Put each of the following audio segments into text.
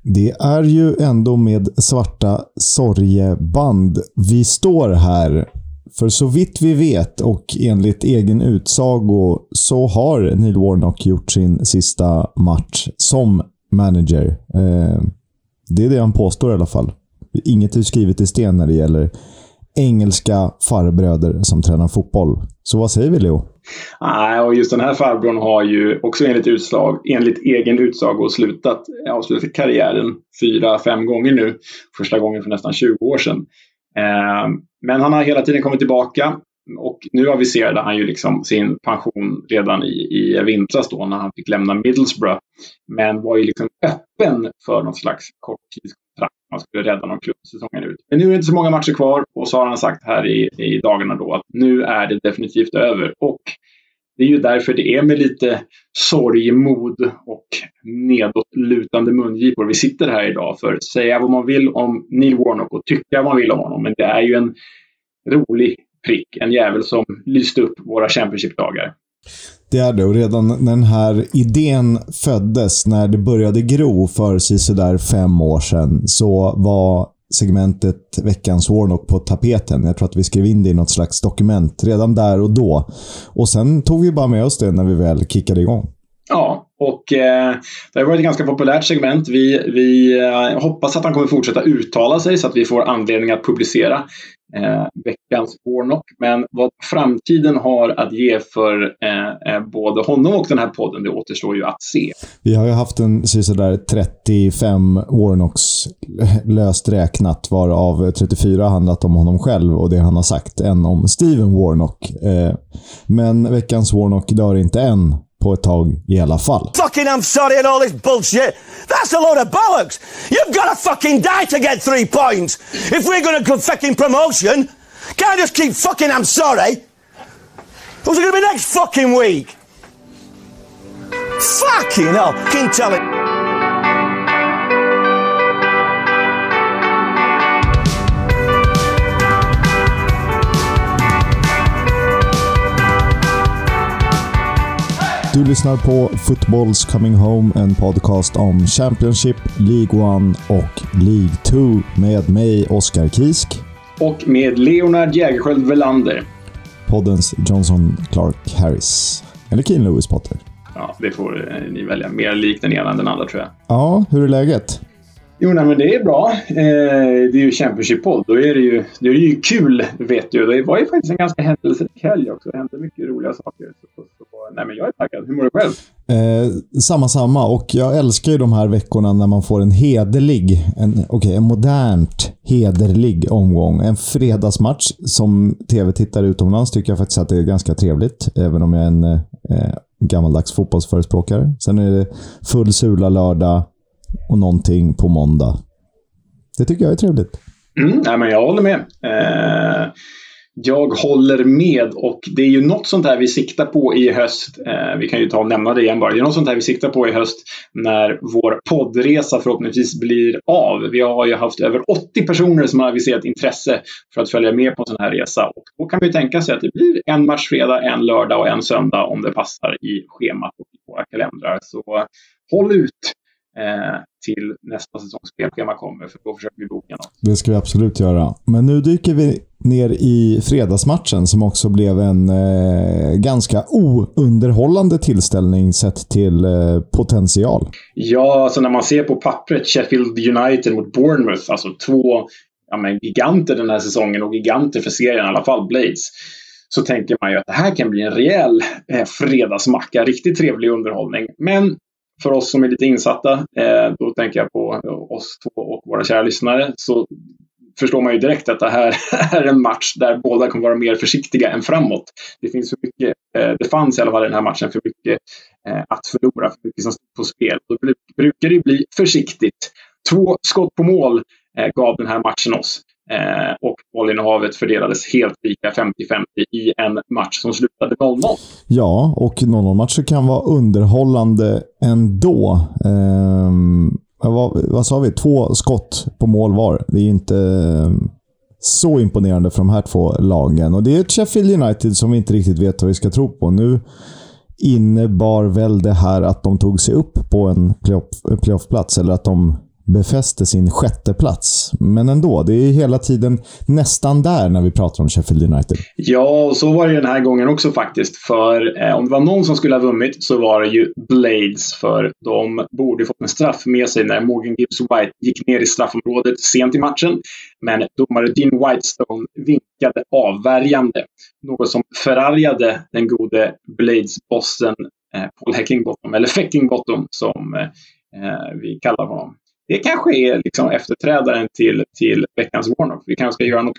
Det är ju ändå med svarta sorgeband vi står här. För så vitt vi vet och enligt egen utsago så har Neil Warnock gjort sin sista match som manager. Det är det han påstår i alla fall. Inget är skrivet i sten när det gäller engelska farbröder som tränar fotboll. Så vad säger vi, Leo? Nej, och just den här farbrorn har ju också enligt egen utsago avslutat karriären 4-5 gånger nu. Första gången för nästan 20 år sedan. Men han har hela tiden kommit tillbaka och nu aviserade han ju liksom sin pension redan i vintras då när han fick lämna Middlesbrough. Men var ju liksom öppen för någon slags korttidskontrakt. Man skulle rädda någon klubb säsongen ut. Men nu är det inte så många matcher kvar och så har han sagt här i dagarna då att nu är det definitivt över. Och det är ju därför det är med lite sorgemod och nedåtlutande mungipor vi sitter här idag. För säga vad man vill om Neil Warnock och tycka vad man vill om honom. Men det är ju en rolig prick, en jävel som lyste upp våra Championship-dagar. Det är det, och redan när den här idén föddes, när det började gro för sådär 5 år sedan, så var segmentet Veckans Warnock på tapeten. Jag tror att vi skrev in det i något slags dokument redan där och då. Och sen tog vi bara med oss det när vi väl kickade igång. Ja, och det har varit ett ganska populärt segment. Vi hoppas att han kommer fortsätta uttala sig så att vi får anledning att publicera Veckans Warnock. Men vad framtiden har att ge för både honom och den här podden, det återstår ju att se. Vi har ju haft en sådär 35 Warnocks löst räknat, varav 34 handlat om honom själv och det han har sagt, en om Steven Warnock. Men Veckans Warnock dör inte än på ett tag i alla fall. Fucking I'm sorry and all this bullshit. That's a load of bollocks. You've got to fucking die to get 3 points. If we're going to go fucking promotion, can't just keep fucking I'm sorry. Who's it going to be next fucking week? Fucking hell. Can tell it. Du lyssnar på Football's Coming Home, en podcast om Championship, League 1 och League 2 med mig, Oskar Kisk. Och med Leonard Jägerskiöld Welander. Poddens Johnson Clark Harris. Eller Keane Lewis Potter. Ja, det får ni välja. Mer lik den ena än den andra, tror jag. Ja, hur är läget? Jo, nej, men det är bra. Det är ju Championship-podd. Då är det är ju kul, vet du. Det var ju faktiskt en ganska händelserik helg också. Det hände mycket roliga saker. Nej, men jag är taggad. Hur mår du själv? Samma. Och jag älskar ju de här veckorna när man får en modernt hederlig omgång. En fredagsmatch som tv-tittare utomlands tycker jag faktiskt att det är ganska trevligt. Även om jag är en gammaldags fotbollsförespråkare. Sen är det full sula lördag och någonting på måndag. Det tycker jag är trevligt. Nej, men jag håller med. Jag håller med, och det är ju något sånt här vi siktar på i höst. Vi kan ju ta och nämna det igen bara. Det är något sånt här vi siktar på i höst när vår poddresa förhoppningsvis blir av. Vi har ju haft över 80 personer som har aviserat intresse för att följa med på en sån här resa. Och då kan vi tänka sig att det blir en match fredag, en lördag och en söndag om det passar i schemat och i våra kalendrar. Så håll ut till nästa säsongs spelschema kommer, för då försöker vi boka något. Det ska vi absolut göra. Men nu dyker vi ner i fredagsmatchen som också blev en ganska ounderhållande tillställning sett till potential. Ja, alltså när man ser på pappret Sheffield United mot Bournemouth, alltså 2 giganter den här säsongen och giganter för serien, i alla fall Blades, så tänker man ju att det här kan bli en rejäl fredagsmacka, riktigt trevlig underhållning. Men för oss som är lite insatta, då tänker jag på oss två och våra kära lyssnare, så förstår man ju direkt att det här är en match där båda kommer vara mer försiktiga än framåt. Det finns för mycket, det fanns i alla fall i den här matchen för mycket att förlora, för mycket som står på spel. Då brukar det bli försiktigt. 2 skott på mål gav den här matchen oss. Och bollinnehavet fördelades helt lika 50-50 i en match som slutade 0-0. Ja, och 0-0-matcher kan vara underhållande ändå. Vad sa vi? 2 skott på mål var. Det är inte så imponerande för de här 2 lagen. Och det är ett Sheffield United som vi inte riktigt vet vad vi ska tro på. Nu innebar väl det här att de tog sig upp på en playoffplats, eller att de befäste sin 6:e plats. Men ändå, det är hela tiden nästan där när vi pratar om Sheffield United. Ja, och så var det den här gången också faktiskt. För om det var någon som skulle ha vunnit så var det ju Blades. För de borde fått en straff med sig när Morgan Gibbs White gick ner i straffområdet sent i matchen. Men domare Dean Whitestone vinkade avvärjande. Något som förargade den gode Blades-bossen Paul Heckingbottom, eller Feckingbottom som vi kallar honom. Det kanske är liksom efterträdaren till veckans Warnock. Vi kanske ska göra något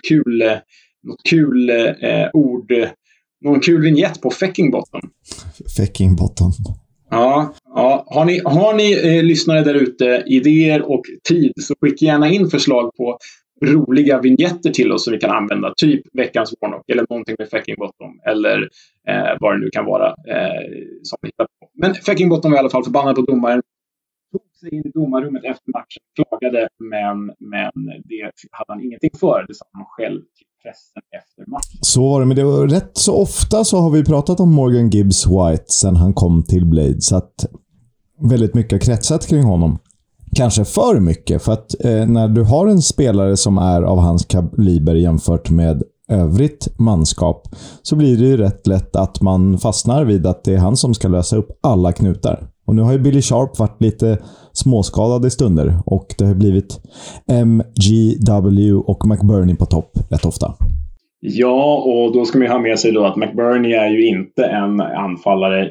kul ord, någon kul vignett på Feckingbottom. Feckingbottom. Ja. Har ni lyssnare där ute idéer och tid, så skicka gärna in förslag på roliga vignetter till oss som vi kan använda. Typ veckans Warnock eller någonting med Feckingbottom eller vad det nu kan vara som vi hittar på. Men Feckingbottom var i alla fall förbannad på domaren. Tog sig in i domarrummet efter matchen, klagade, men det hade han ingenting för. Det sa han själv till pressen efter matchen. Så var det, men det var rätt så ofta så har vi pratat om Morgan Gibbs White sen han kom till Blade, så att väldigt mycket har kretsat kring honom. Kanske för mycket, för att när du har en spelare som är av hans kaliber jämfört med övrigt manskap, så blir det ju rätt lätt att man fastnar vid att det är han som ska lösa upp alla knutar. Och nu har ju Billy Sharp varit lite småskadad i stunder, och det har blivit MGW och McBurney på topp rätt ofta. Ja, och då ska man ju ha med sig då att McBurney är ju inte en anfallare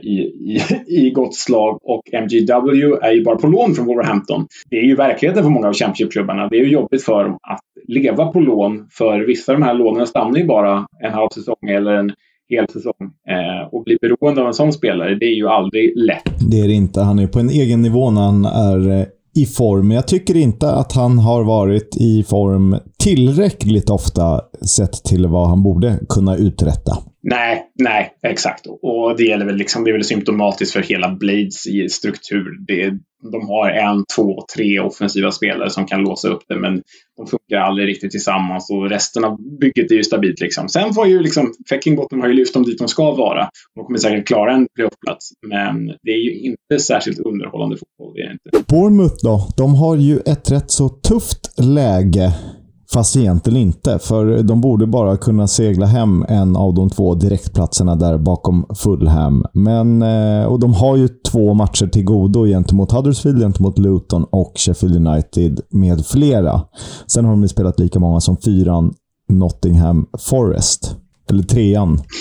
i gott slag, och MGW är ju bara på lån från Wolverhampton. Det är ju verkligheten för många av Championship-klubbarna. Det är ju jobbigt för dem att leva på lån, för vissa av de här lånen stannar ju bara en halv säsong eller en hel säsong. Och bli beroende av en sån spelare, det är ju aldrig lätt. Det är det inte. Han är på en egen nivå när han är i form. Jag tycker inte att han har varit i form tillräckligt ofta sett till vad han borde kunna uträtta. Nej, exakt. Och det gäller väl liksom, det är väl symptomatiskt för hela Blades i struktur. De har 1, 2, 3 offensiva spelare som kan låsa upp det, men de funkar aldrig riktigt tillsammans, och resten av bygget är ju stabilt liksom. Sen får ju liksom Feckingbottom har ju lyft dem dit de ska vara. De kommer säkert klara en playoffplats, men det är ju inte särskilt underhållande fotboll, det är inte. Bournemouth då, de har ju ett rätt så tufft läge. Fast egentligen inte, för de borde bara kunna segla hem en av de 2 direktplatserna där bakom Fulham. Men, och de har ju 2 matcher till godo gentemot Huddersfield, gentemot Luton och Sheffield United med flera. Sen har de ju spelat lika många som 4 Nottingham Forest. Eller 3.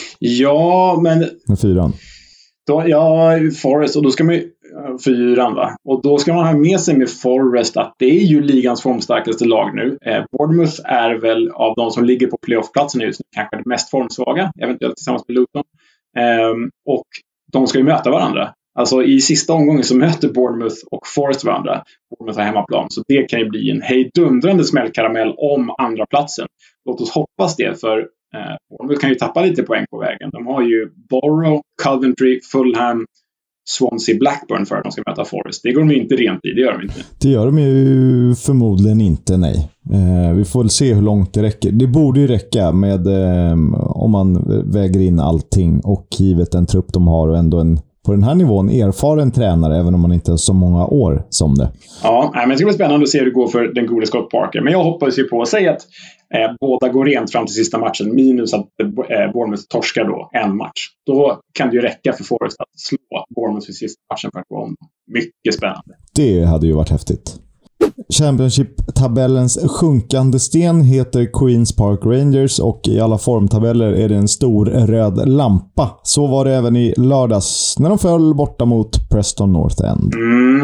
Ja, men... Med 4. Forest, och då ska man ju 4, va? Och då ska man ha med sig med Forest att det är ju ligans formstarkaste lag nu. Bournemouth är väl av de som ligger på playoffplatsen just nu kanske det mest formsvaga, eventuellt tillsammans med Luton. Och de ska ju möta varandra. Alltså i sista omgången så möter Bournemouth och Forest varandra. Bournemouth har hemmaplan, så det kan ju bli en hejdundrande smällkaramell om andra platsen. Låt oss hoppas det, för Bournemouth kan ju tappa lite poäng på vägen. De har ju Borough, Coventry, Fulham, Swansea, Blackburn för att de ska möta Forest. Det går de inte rent i, det gör de inte. Det gör de ju förmodligen inte, nej. Vi får väl se hur långt det räcker. Det borde ju räcka med om man väger in allting, och givet den trupp de har och ändå en på den här nivån erfaren tränare, även om man inte har så många år som det. Ja, men det ska bli spännande att se hur det går för den gode Scott Parker. Men jag hoppas ju på att säga att båda går rent fram till sista matchen, minus att Bournemouth torskar då en match. Då kan det ju räcka för Forest att slå Bournemouth vid sista matchen för att gå om. Mycket spännande. Det hade ju varit häftigt. Championship-tabellens sjunkande sten heter Queens Park Rangers, och i alla formtabeller är det en stor röd lampa. Så var det även i lördags när de föll borta mot Preston North End.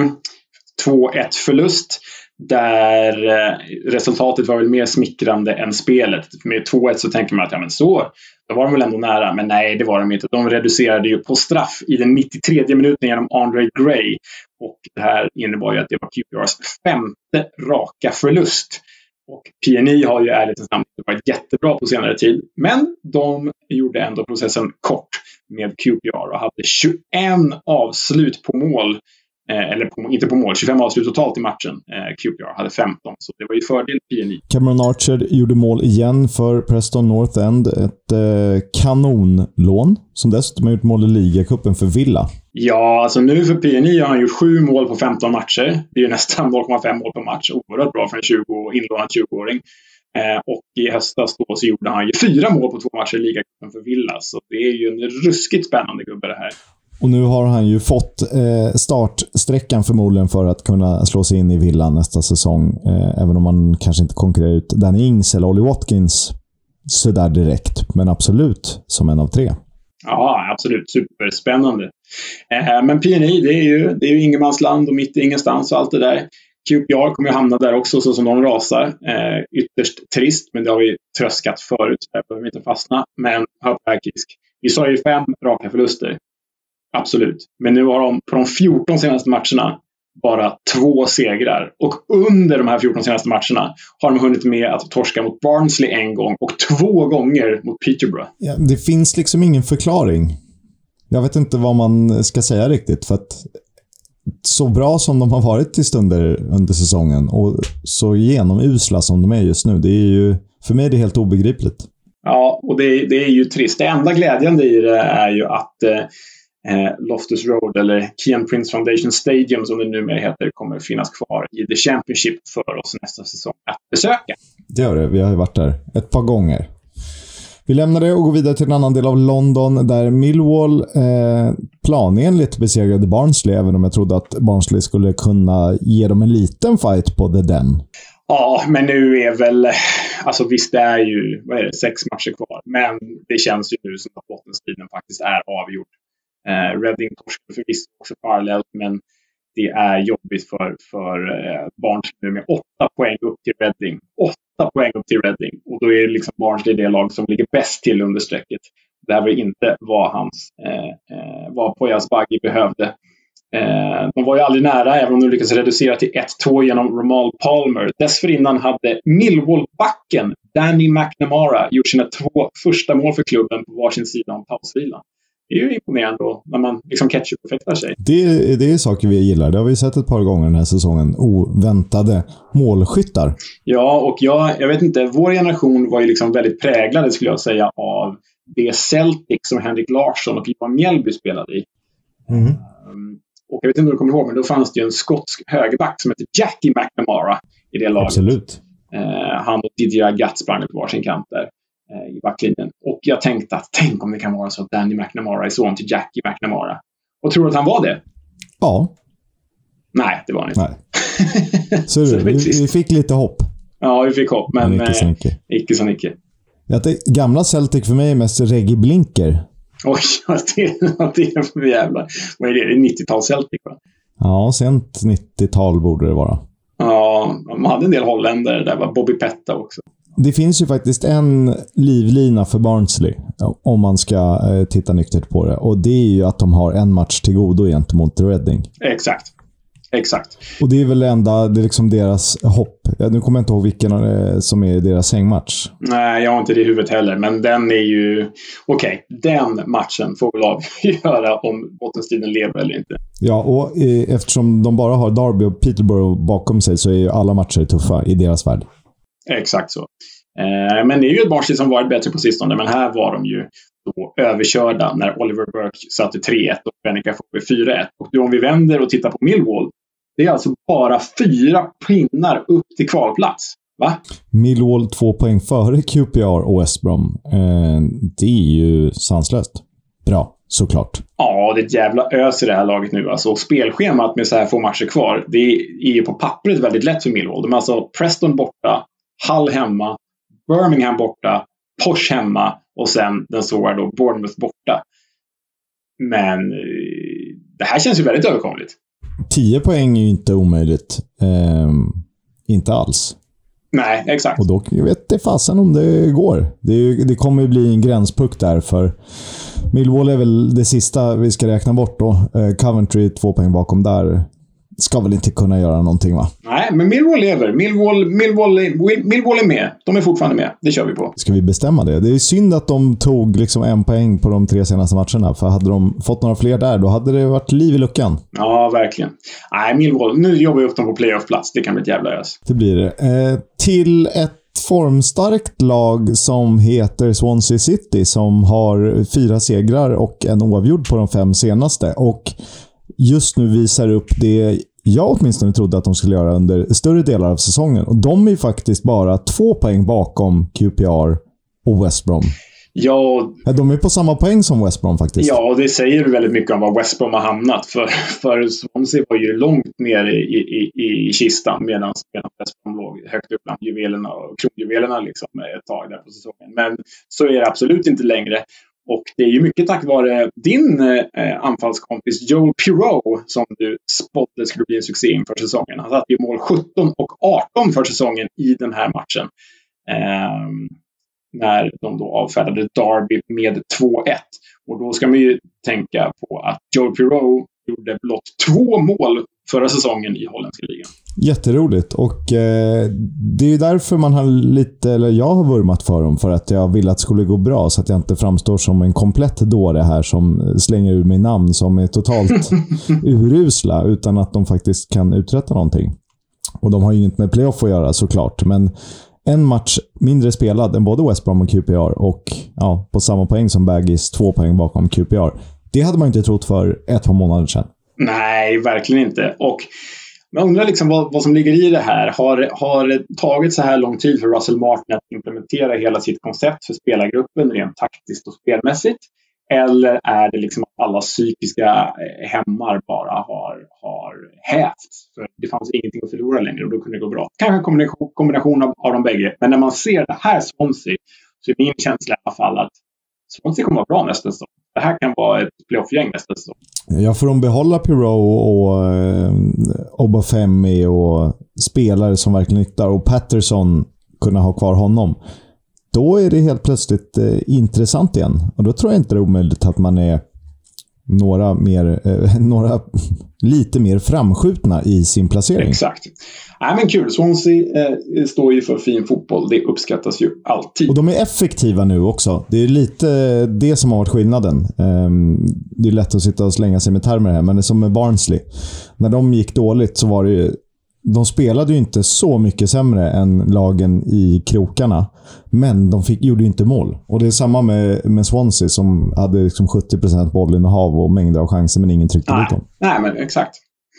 2-1 förlust. Där resultatet var väl mer smickrande än spelet. Med 2-1 så tänker man att då var de väl ändå nära. Men nej, det var de inte. De reducerade ju på straff i den 93 minuten genom Andre Gray. Och det här innebar ju att det var QPRs 5:e raka förlust. Och PNI har ju ärligt namn varit jättebra på senare tid. Men de gjorde ändå processen kort med QPR och hade 21 avslut på mål Inte på mål, 25 avslut totalt i matchen. QPR hade 15, så det var ju fördel PNI. Cameron Archer gjorde mål igen för Preston North End. Ett kanonlån som dessutom har gjort mål i ligacupen för Villa. Ja, alltså nu för PNI har han gjort 7 mål på 15 matcher. Det är ju nästan 0,5 mål per match. Oerhört bra för en inlånad 20-åring. Och i höstas då så gjorde han ju 4 mål på 2 matcher i ligacupen för Villa. Så det är ju en ruskigt spännande gubbe det här. Och nu har han ju fått startsträckan förmodligen för att kunna slå sig in i Villa nästa säsong. Även om man kanske inte konkurrerar ut Danny Ings eller Ollie Watkins så där direkt. Men absolut som en av 3. Ja, absolut. Superspännande. Men PNI, det är ju ingenmansland och mitt i ingenstans och allt det där. QPR kommer ju hamna där också så som de rasar. Ytterst trist, men det har vi tröskat förut. Där behöver vi inte fastna. Men Höpärkisk. Vi sa ju 5 raka förluster. Absolut. Men nu har de på de 14 senaste matcherna bara 2 segrar. Och under de här 14 senaste matcherna har de hunnit med att torska mot Barnsley 1 gång och 2 gånger mot Peterborough. Ja, det finns liksom ingen förklaring. Jag vet inte vad man ska säga riktigt. För att så bra som de har varit i stunder under säsongen och så genomusla som de är just nu, det är ju, för mig är det helt obegripligt. Ja, och det är ju trist. Det enda glädjande i det är ju att Loftus Road eller Kian Prince Foundation Stadium som det numera heter kommer finnas kvar i The Championship för oss nästa säsong att besöka. Det gör det, vi har ju varit där ett par gånger. Vi lämnar det och går vidare till en annan del av London där Millwall planenligt besegrade Barnsley, även om jag trodde att Barnsley skulle kunna ge dem en liten fight på The Den. Ja, men nu är väl, alltså visst det är ju 6 matcher kvar, men det känns ju nu som att bottenstriden faktiskt är avgjord. Reading torskade förvisso också parallellt, men det är jobbigt för Barnsley nu med 8 poäng upp till Reading. 8 poäng upp till Reading. Och då är det liksom Barnsley det lag som ligger bäst till under strecket. Det här var inte vad Poya Asbaghi behövde. De var ju aldrig nära, även om de lyckades reducera till 1-2 genom Romal Palmer. Dessförinnan hade Millwall-backen Danny McNamara gjort sina 2 första mål för klubben på varsin sida om pausvilan. Det är ju imponerande då, när man liksom ketchup-effektar sig. Det är saker vi gillar. Det har vi sett ett par gånger den här säsongen. Oväntade målskyttar. Ja, och jag vet inte. Vår generation var ju liksom väldigt präglade, skulle jag säga, av det Celtic som Henrik Larsson och Johan Mjällby spelade i. Mm. Och jag vet inte om du kommer ihåg, men då fanns det ju en skotsk högerback som hette Jackie McNamara i det laget. Absolut. Han och Didier Agathe sprang på varsin kant där i backlinjen. Och jag tänkte att tänk om det kan vara så att Danny McNamara är son till Jackie McNamara. Och tror du att han var det? Ja. Nej, det var han inte. Nej. Så vi fick lite hopp. Ja, vi fick hopp, men icke så nicke. Det gamla Celtic för mig är mest Reggie Blinker. Oj, det är för jävla. Vad är det? Det är 90-tal Celtic, va? Ja, sent 90-tal borde det vara. Ja, de hade en del holländare. Där var Bobby Petta också. Det finns ju faktiskt en livlina för Barnsley om man ska titta nyktert på det. Och det är ju att de har en match till godo gentemot Reading. Exakt. Och det är väl det är liksom deras hopp. Nu kommer jag inte ihåg vilken som är deras hängmatch. Nej, jag har inte det i huvudet heller. Men den är ju... Okej, den matchen får väl avgöra om bottenstriden lever eller inte. Ja, och eftersom de bara har Derby och Peterborough bakom sig så är ju alla matcher tuffa i deras värld. Exakt så. Men det är ju ett Barnsley som varit bättre på sistone. Men här var de ju då överkörda när Oliver Burke satte 3-1 och Benica får 4-1. Och då om vi vänder och tittar på Millwall, det är alltså bara 4 pinnar upp till kvalplats. Va? Millwall 2 poäng före QPR och West Brom. Det är ju sanslöst. Bra, såklart. Ja, det är ett jävla ös i det här laget nu. Alltså, spelschemat med så här få matcher kvar, det är ju på pappret väldigt lätt för Millwall. De är alltså Preston borta, Hull hemma, Birmingham borta, Posh hemma och sen den svåra då Bournemouth borta. Men det här känns ju väldigt överkomligt. 10 poäng är ju inte omöjligt. Inte alls. Nej, exakt. Och då vet det fasen om det går. Det kommer ju bli en gränspuck där för Millwall är väl det sista vi ska räkna bort då. Coventry 2 poäng bakom där. ska väl inte kunna göra någonting, va? Nej, men Millwall lever. Millwall är med. De är fortfarande med. Det kör vi på. Ska vi bestämma det? Det är synd att de tog liksom 1 poäng på de 3 senaste matcherna. För hade de fått några fler där, då hade det varit liv i luckan. Ja, verkligen. Nej, Millwall. Nu jobbar vi upp dem på playoff-plats. Det kan bli ett jävla ös. Det blir det. Till ett formstarkt lag som heter Swansea City, som har 4 segrar och en oavgjord på de 5 senaste. Och just nu visar upp det jag åtminstone trodde att de skulle göra under större delar av säsongen. Och de är ju faktiskt bara 2 poäng bakom QPR och West Brom. Ja, de är på samma poäng som West Brom faktiskt. Ja, det säger väldigt mycket om var West Brom har hamnat. För Swansea var ju långt ner i kistan medan West Brom låg högt upp bland juvelerna och kronjuvelerna liksom ett tag där på säsongen. Men så är det absolut inte längre. Och det är ju mycket tack vare din anfallskompis Joel Piroe som du spottade skulle bli en succé inför säsongen. Han satt ju mål 17 och 18 för säsongen i den här matchen. När de då avfärdade Derby med 2-1. Och då ska man ju tänka på att Joel Piroe gjorde blott 2 mål förra säsongen i holländska ligan. Jätteroligt. Och det är ju därför man har lite, eller jag har vurmat för dem, för att jag vill att det skulle gå bra, så att jag inte framstår som en komplett dåre här som slänger ur mig namn som är totalt urusla, utan att de faktiskt kan uträtta någonting. Och de har ju inget med playoff att göra såklart, men en match mindre spelad än både West Brom och QPR, och ja, på samma poäng som Baggies, 2 poäng bakom QPR. Det hade man inte trott för 1-2 månader sedan. Nej, verkligen inte. Och man undrar liksom vad som ligger i det här. Har det tagit så här lång tid för Russell Martin att implementera hela sitt koncept för spelargruppen rent taktiskt och spelmässigt? Eller är det liksom att alla psykiska hämmar bara har hävt? För det fanns ingenting att förlora längre och då kunde det gå bra. Kanske en kombination av de bägge. Men när man ser det här Swansea, så är min känsla i alla fall att Swansea kommer att vara bra nästa säsong. Det här kan vara ett playoff-gäng nästa säsong. Jag får de behålla Piroe och Obafemi och spelare som verkligen nyttar, och Patterson kunna ha kvar honom. Då är det helt plötsligt intressant igen. Och då tror jag inte det är omöjligt att man är några lite mer framskjutna i sin placering. Exakt. Nej, men kul. Swansea står ju för fin fotboll. Det uppskattas ju alltid. Och de är effektiva nu också. Det är lite det som har varit skillnaden. Det är lätt att sitta och slänga sig med termer här, men det är som med Barnsley. När de gick dåligt så var det ju, de spelade ju inte så mycket sämre än lagen i krokarna, men de gjorde ju inte mål. Och det är samma med Swansea som hade liksom 70% bollinnehav och mängder av chanser, men ingen tryckte dit dem. Nej, men exakt.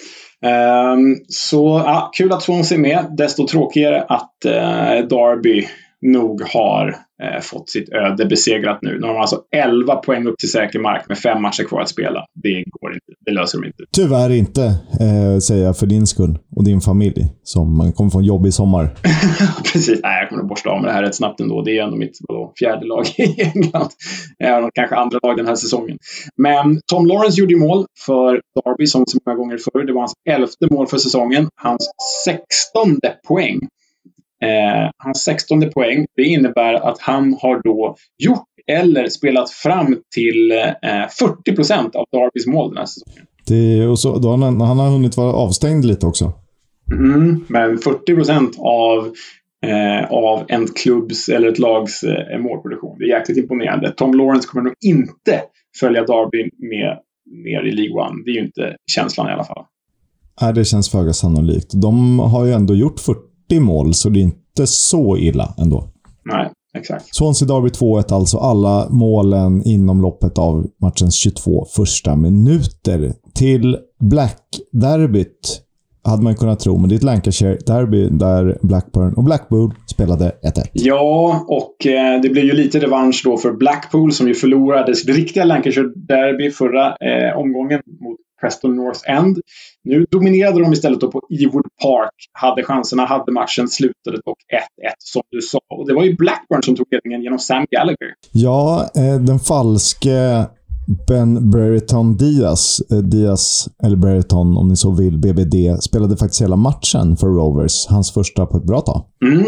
Så ja, kul att Swansea är med. Desto tråkigare att Derby nog har fått sitt öde besegrat nu. Nu har de alltså 11 poäng upp till säker mark med 5 matcher kvar att spela. Det går inte. Det löser de inte. Tyvärr inte, säger jag för din skull och din familj som kommer få en jobbig sommar. Precis. Nej, jag kommer att borsta av med det här rätt snabbt ändå. Det är ändå mitt 4:e lag i England. Kanske andra lag den här säsongen. Men Tom Lawrence gjorde mål för Derby som så många gånger förr. Det var hans 11:e mål för säsongen. Hans 16:e poäng. Hans 16:e poäng, det innebär att han har då gjort eller spelat fram till 40% av Derbys mål den här säsongen. Och så, då han har hunnit vara avstängd lite också. Men 40% av en klubbs eller ett lags målproduktion. Det är jäkligt imponerande. Tom Lawrence kommer nog inte följa Derby med ner i League One. Det är ju inte känslan i alla fall. Nej, det känns föga sannolikt. De har ju ändå gjort 40 mål, så det är inte så illa ändå. Nej, exakt. Swansea Derby 2-1, alltså alla målen inom loppet av matchens 22 första minuter. Till Black-derbyt hade man kunnat tro, men det är ett Lancashire-derby där Blackburn och Blackpool spelade 1-1. Ja, och det blev ju lite revansch då för Blackpool som ju förlorade sitt riktiga Lancashire-derby förra omgången mot Preston North End. Nu dominerade de istället då på Ewood Park, hade chanserna, hade matchen, slutade dock 1-1 som du sa. Och det var ju Blackburn som tog ledningen genom Sam Gallagher. Ja, den falske Ben Brereton Diaz, eller Brereton om ni så vill, BBD, spelade faktiskt hela matchen för Rovers. Hans första på ett bra tag.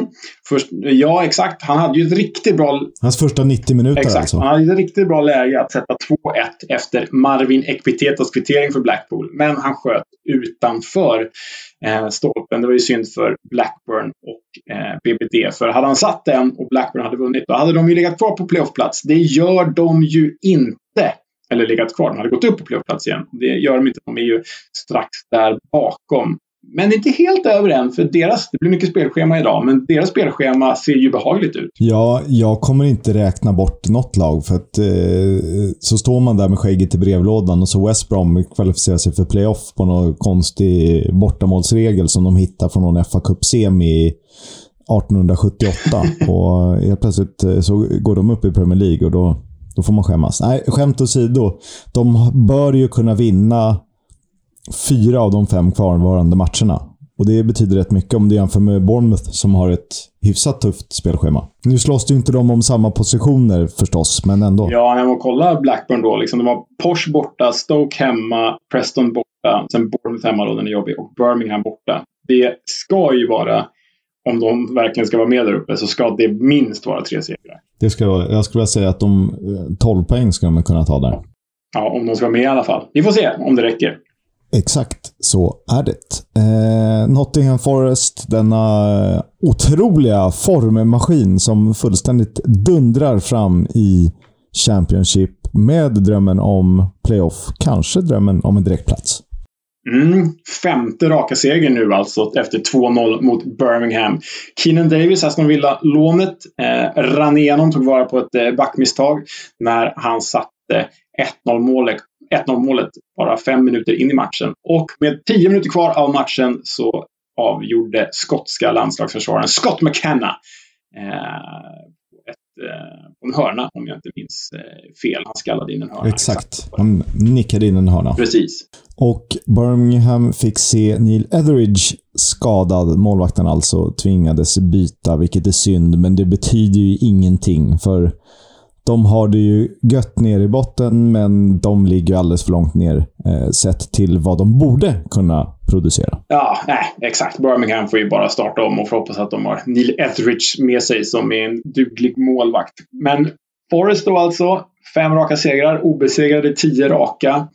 Ja, exakt. Han hade ju ett riktigt bra... Hans första 90 minuter exakt. alltså. Han hade ett riktigt bra läge att sätta 2-1 efter Marvin Ekpitetas kvittering för Blackpool. Men han sköt utanför stolpen. Det var ju synd för Blackburn och BBD. För hade han satt den och Blackburn hade vunnit, då hade de ju legat kvar på playoffplats. Det gör de ju inte. Eller legat kvar. De hade gått upp på playoffplats igen. Det gör de inte. De är ju strax där bakom. Men inte helt över än, för det blir mycket spelschema idag, men deras spelschema ser ju behagligt ut. Ja, jag kommer inte räkna bort något lag, för att så står man där med skägget i brevlådan och så West Brom kvalificerar sig för playoff på någon konstig bortamålsregel som de hittar från någon FA Cup-semi 1878 och helt plötsligt så går de upp i Premier League och då får man skämmas. Nej, skämt åsido, de bör ju kunna vinna 4 av de 5 kvarvarande matcherna. Och det betyder rätt mycket om du jämför med Bournemouth som har ett hyfsat tufft spelschema. Nu slåss ju inte de om samma positioner förstås, men ändå. Ja, när man kollar Blackburn då, liksom, de har Posh borta, Stoke hemma, Preston borta, sen Bournemouth hemma då, den är jobbig, och Birmingham borta. Det ska ju vara, om de verkligen ska vara med där uppe, så ska det minst vara 3 segrar. Det ska vara, jag skulle säga att de 12 poäng ska de kunna ta där. Ja, om de ska vara med i alla fall. Vi får se om det räcker. Exakt, så är det. Nottingham Forest, denna otroliga formmaskin som fullständigt dundrar fram i Championship med drömmen om playoff, kanske drömmen om en direktplats. 5:e raka seger nu alltså efter 2-0 mot Birmingham. Keenan Davis, Aston Villa-lånet, rann igenom, tog vara på ett backmisstag när han satte 1-0-målet bara 5 minuter in i matchen. Och med 10 minuter kvar av matchen så avgjorde skotska landslagsförsvararen Scott McKenna på en hörna, om jag inte minns fel. Han skallade in en hörna. Exakt. Han nickade in en hörna. Precis. Och Birmingham fick se Neil Etheridge skadad. Målvakten alltså tvingades byta, vilket är synd, men det betyder ju ingenting, för de har det ju gött ner i botten, men de ligger alldeles för långt ner sett till vad de borde kunna producera. Ja, exakt. Birmingham får ju bara starta om och hoppas att de har Neil Etheridge med sig som är en duglig målvakt. Men Forest då alltså, 5 raka segrar, obesegrade 10 raka.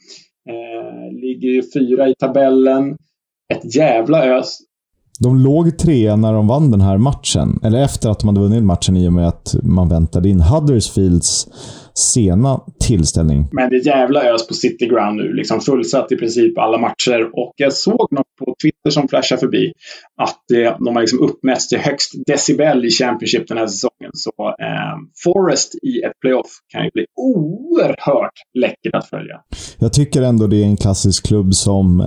Ligger ju 4 i tabellen. Ett jävla ös. De låg 3 när de vann den här matchen. Eller efter att de hade vunnit matchen, i och med att man väntade in Huddersfields sena tillställning. Men det är jävla ös på City Ground nu. Liksom fullsatt i princip alla matcher. Och jag såg något på Twitter som flashade förbi att de har liksom uppmätts till högst decibel i Championship den här säsongen. Så Forest i ett playoff kan ju bli oerhört läckert att följa. Jag tycker ändå det är en klassisk klubb som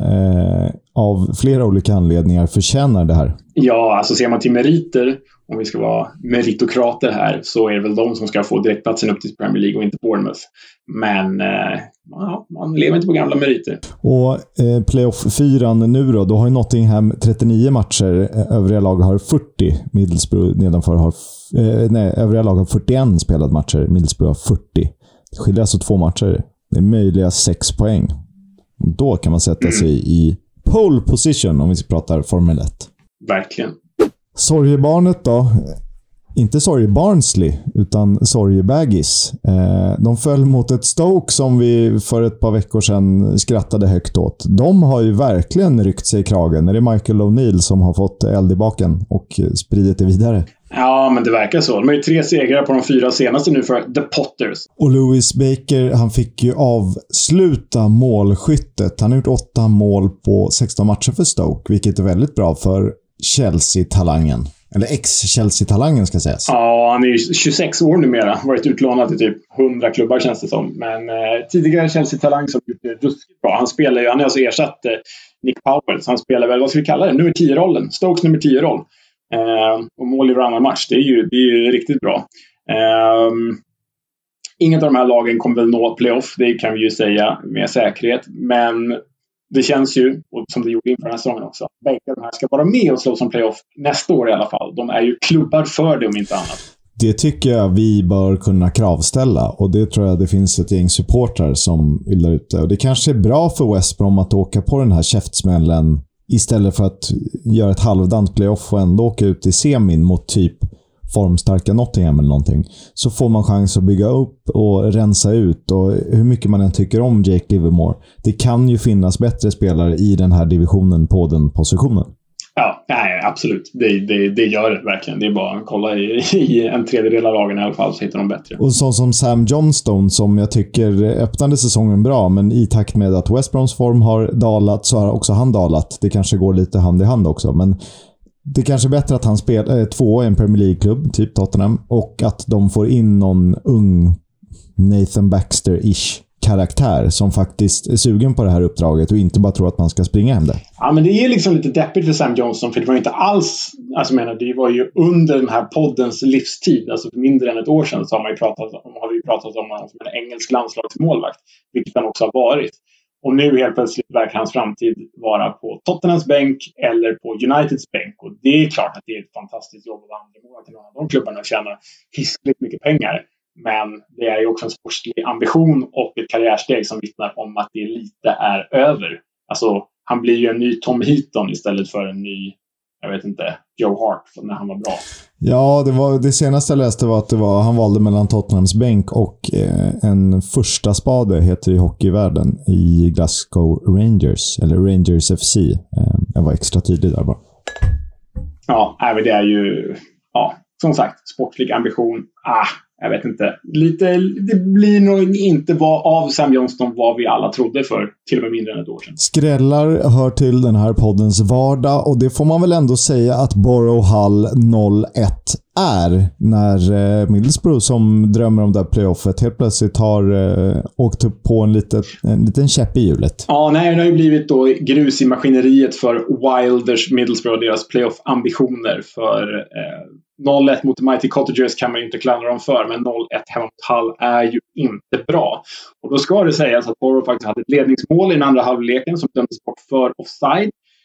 av flera olika anledningar förtjänar det här. Ja, alltså ser man till meriter, om vi ska vara meritokrater här, så är det väl de som ska få direktplatsen upp till Premier League och inte Bournemouth. Men man lever inte på gamla meriter. Och playoff-4 nu då har ju Nottingham 39 matcher, övriga lag har 40, Middlesbrough nedanför har övriga lag har 41 spelade matcher, Middlesbrough har 40. Det skiljer alltså 2 matcher. Det är möjliga 6 poäng. Då kan man sätta sig i pole position om vi pratar Formel 1. Verkligen. Sorgebarnet då? Inte Sorgebarnsley, utan Sorgebaggis. De föll mot ett Stoke som vi för ett par veckor sedan skrattade högt åt. De har ju verkligen ryckt sig i kragen. Det är Michael O'Neill som har fått eld i baken och spridit det vidare. Ja, men det verkar så. De har ju 3 segrar på de 4 senaste nu för The Potters. Och Lewis Baker, han fick ju avsluta målskyttet. Han har gjort 8 mål på 16 matcher för Stoke, vilket är väldigt bra för Chelsea-talangen. Eller ex-Chelsea-talangen ska sägas. Ja, han är ju 26 år numera. Varit utlånad i typ 100 klubbar känns det som. Men tidigare Chelsea-talang som gjort det ruskigt bra. Han har alltså ersatt Nick Powell. Så han spelar väl, vad ska vi kalla det? Nummer 10-rollen. Stokes nummer 10-roll. Och mål i varannan match. Det är ju riktigt bra. Inget av de här lagen kommer väl nå playoff. Det kan vi ju säga med säkerhet. Men det känns ju, och som det gjorde inför den här säsongen också, att bägge de här ska vara med och slå som playoff nästa år i alla fall. De är ju klubbar för det om inte annat. Det tycker jag vi bör kunna kravställa, och det tror jag det finns ett gäng supportrar som vill där ute. Och det kanske är bra för West Brom att åka på den här käftsmällen istället för att göra ett halvdant playoff och ändå åka ut i semin mot typ formstarka Nottingham eller någonting. Så får man chans att bygga upp och rensa ut, och hur mycket man än tycker om Jake Livermore, det kan ju finnas bättre spelare i den här divisionen på den positionen. Ja, nej, absolut. Det gör det verkligen. Det är bara att kolla i en tredjedel av lagen i alla fall, så hittar de bättre. Och sån som Sam Johnstone, som jag tycker öppnade säsongen bra, men i takt med att West Broms form har dalat så har också han dalat. Det kanske går lite hand i hand också, men det är kanske bättre att han spelar 2 i en Premier League-klubb, typ Tottenham, och att de får in någon ung Nathan Baxter-ish karaktär som faktiskt är sugen på det här uppdraget och inte bara tror att man ska springa hem det. Ja, men det är liksom lite deppigt för Sam Johnson, för det var ju inte alls, alltså menar, det var ju under den här poddens livstid, alltså för mindre än ett år sedan, så har vi pratat om honom som en engelsk landslagsmålvakt, vilket han också har varit. Och nu helt plötsligt verkar hans framtid vara på Tottenhams bänk eller på Uniteds bänk. Och det är klart att det är ett fantastiskt jobb att andra målvakter till de klubbarna tjänar hiskligt mycket pengar. Men det är ju också en sportslig ambition och ett karriärsteg som vittnar om att det lite är över. Alltså, han blir ju en ny Tom Heaton istället för en ny, jag vet inte, Joe Hart när han var bra. Ja, det senaste jag läste var att han valde mellan Tottenhams bänk och en första spade heter i hockeyvärlden i Glasgow Rangers, eller Rangers FC. Jag var extra tydlig där bara. Ja, men det är ju, ja, som sagt, sportlig ambition. Jag vet inte. Det blir nog inte av Sam Johnston vad vi alla trodde för till och med mindre än ett år sedan. Skrällar hör till den här poddens vardag, och det får man väl ändå säga att Borough Hull 0-1 är, när Middlesbrough, som drömmer om det här playoffet, helt plötsligt har åkt upp på en liten käpp i hjulet. Ja, nej, det har ju blivit då grus i maskineriet för Wilders Middlesbrough och deras playoff-ambitioner. För 0-1 mot Mighty Cottagers kan man ju inte klandra dem för, men 0-1 hemma mot Hull är ju inte bra. Och då ska det sägas att Borough faktiskt hade ett ledningsmål i den andra halvleken som dömdes bort för offside.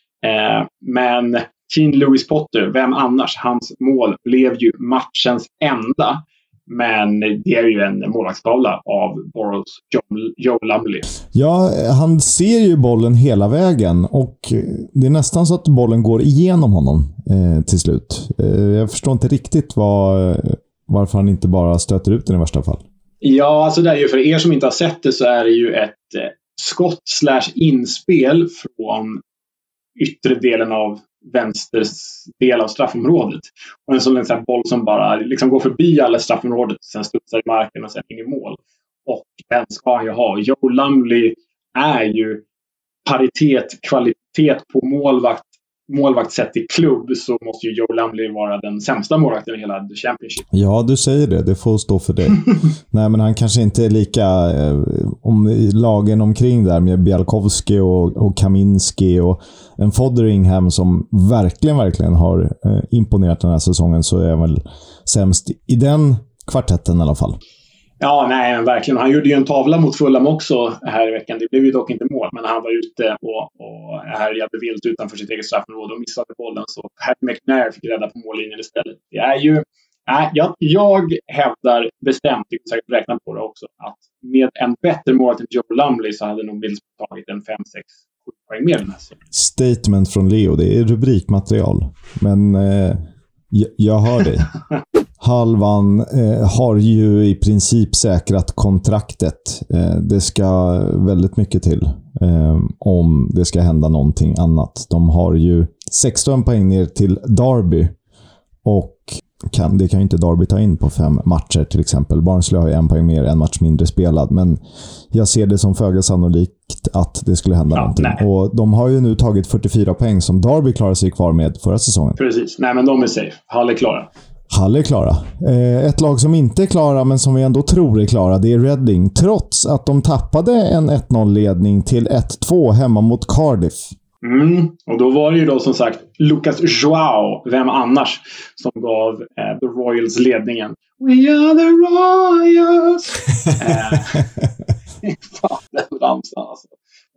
Men Keane Lewis Potter, vem annars? Hans mål blev ju matchens enda. Men det är ju en målvaktstavla av Boroughs Joe Lumley. Ja, han ser ju bollen hela vägen, och det är nästan så att bollen går igenom honom till slut. Jag förstår inte riktigt varför han inte bara stöter ut den i värsta fall. Ja, alltså det är ju, för er som inte har sett det, så är det ju ett skott/inspel från yttre delen av vänster del av straffområdet. Och en sån här boll som bara liksom går förbi alla straffområdet, sen studsar i marken och sen in i mål. Och den ska han ju ha. Joe Lumley är ju kvalitet på målvakt sett i klubb, så måste ju Joe Lumley vara den sämsta målvakten i hela The Championship. Ja, du säger det. Det får stå för dig. Nej, men han kanske inte är lika om lagen omkring där med Bialkowski och Kaminski och en Fotheringham som verkligen har imponerat den här säsongen, så är han väl sämst i den kvartetten i alla fall. Ja, nej, men verkligen. Han gjorde ju en tavla mot Fulham också här i veckan. Det blev ju dock inte mål, men han var ute och härjade vilt utanför sitt eget straffområde och missade bollen. Så Harry McNair fick rädda på mållinjen istället. Det är ju... Jag hävdar bestämt, jag har säkert räknat på det också, att med en bättre mål till Joe Lumley så hade nog Middlesbrough tagit en 5-6 poäng mer den här serien. Statement från Leo, det är rubrikmaterial. Men jag hör dig. Halvan har ju i princip säkrat kontraktet. Det ska väldigt mycket till om det ska hända någonting annat. De har ju 16 poäng ner till Derby, och det kan ju inte Derby ta in på 5 matcher till exempel. Barnsley har ju 1 poäng mer, en match mindre spelad, men jag ser det som föga sannolikt att det skulle hända någonting. Nej. Och de har ju nu tagit 44 poäng som Derby klarade sig kvar med förra säsongen. Precis, nej men de är safe. Hull är klara. Ett lag som inte är klara, men som vi ändå tror är klara, det är Reading. Trots att de tappade en 1-0-ledning till 1-2 hemma mot Cardiff. Och då var det ju då som sagt Lucas Joao, vem annars, som gav The Royals ledningen. We are the Royals! Fan, den ramsan alltså.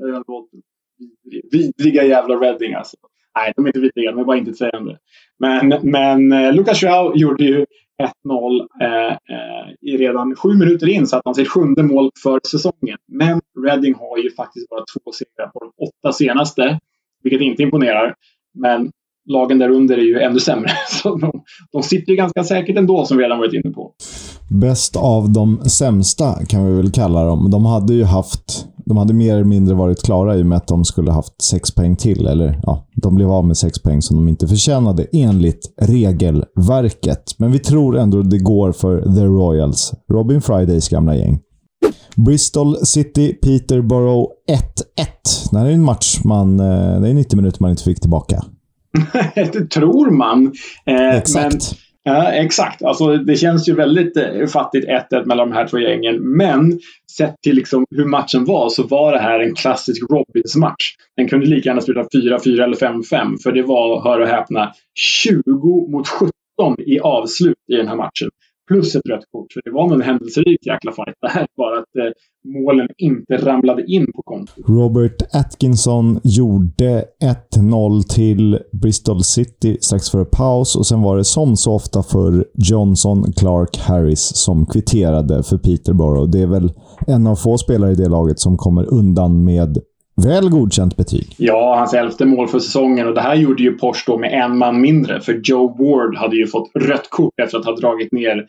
Vidriga jävla Reading alltså. Nej, de är inte vidriga, de är bara inte sägande. Men Lucas Joao gjorde ju i redan 7 minuter in, så att han sitt 7:e mål för säsongen. Men Reading har ju faktiskt bara 2 segrar på de 8 senaste, vilket inte imponerar. Men lagen där under är ju ännu sämre. Så de sitter ju ganska säkert ändå, som vi redan varit inne på. Bäst av de sämsta kan vi väl kalla dem. De hade mer eller mindre varit klara i och med att de skulle haft 6 poäng till. Eller ja, de blev av med 6 poäng som de inte förtjänade enligt regelverket. Men vi tror ändå det går för The Royals. Robin Fridays gamla gäng. Bristol City, Peterborough 1-1. Det här är en match det är 90 minuter man inte fick tillbaka. Det tror man. Exakt. Exakt. Alltså, det känns ju väldigt fattigt 1-1 mellan de här 2 gängen. Men sett till liksom hur matchen var, så var det här en klassisk Robins-match. Den kunde lika gärna sluta 4-4 eller 5-5. För det var, hör och häpna, 20-17 i avslut i den här matchen. Plus ett rött kort. Så det var en händelserik jäkla fight. Det här var att målen inte ramlade in på kontot. Robert Atkinson gjorde 1-0 till Bristol City strax före paus. Och sen var det som så ofta för Johnson, Clark, Harris som kvitterade för Peterborough. Det är väl en av få spelare i det laget som kommer undan med väl godkänt betyg. Ja, hans 11:e mål för säsongen. Och det här gjorde ju Porsche då med en man mindre. För Joe Ward hade ju fått rött kort efter att ha dragit ner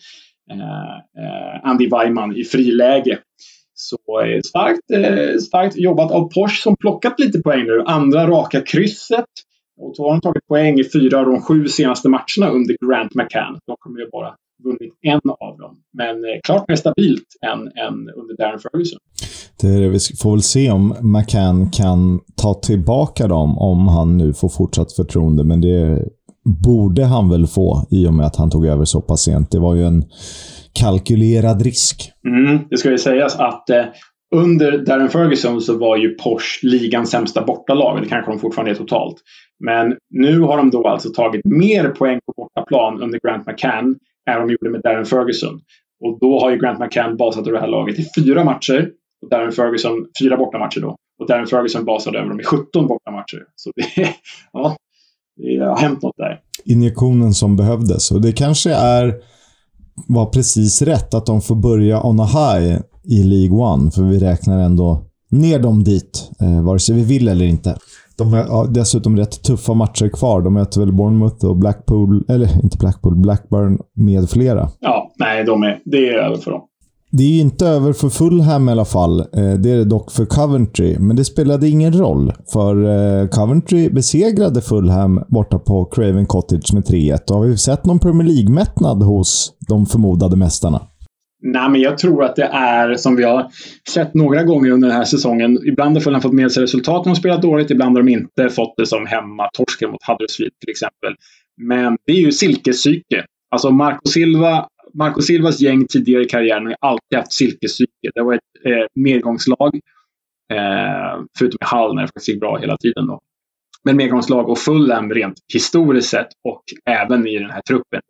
Andy Weimann i friläge. Så starkt jobbat av Porsche, som plockat lite poäng nu. Andra raka krysset. Och så har de tagit poäng i 4 av de 7 senaste matcherna under Grant McCann. De kommer ju bara vunnit en av dem. Men klart mer stabilt än under Darren Ferguson. Vi får väl se om McCann kan ta tillbaka dem om han nu får fortsatt förtroende. Men det borde han väl få i och med att han tog över så pass sent. Det var ju en kalkylerad risk. Det ska ju sägas att under Darren Ferguson så var ju Porsche ligans sämsta bortalag. Det kanske de fortfarande är totalt. Men nu har de då alltså tagit mer poäng på bortaplan under Grant McCann än de gjorde med Darren Ferguson. Och då har ju Grant McCann basat över det här laget i 4 matcher. Och Darren Ferguson 4 bortamatcher då. Och Darren Ferguson basade över dem i 17 bortamatcher. Så det har hänt något där. Injektionen som behövdes. Och det kanske var precis rätt att de får börja on a high i League One. För vi räknar ändå ner dem dit. Vare sig vi vill eller inte. De har dessutom rätt tuffa matcher kvar. De möter väl Bournemouth och Blackburn med flera. Ja, nej, det är över för dem. Det är ju inte över för Fulham i alla fall. Det är det dock för Coventry. Men det spelade ingen roll. För Coventry besegrade Fulham borta på Craven Cottage med 3-1. Och har vi sett någon Premier League-mättnad hos de förmodade mästarna? Nej, men jag tror att det är som vi har sett några gånger under den här säsongen. Ibland har Fulham fått med sig resultat när de spelat dåligt. Ibland har de inte fått det, som hemma torsken mot Huddersfield till exempel. Men det är ju silkesyke. Alltså Marco Silvas gäng tidigare i karriären har alltid haft silkesyke. Det var ett medgångslag. Förutom i Hall när det faktiskt gick bra hela tiden då. Men medgångslag och Fulham rent historiskt sett och även i den här truppen.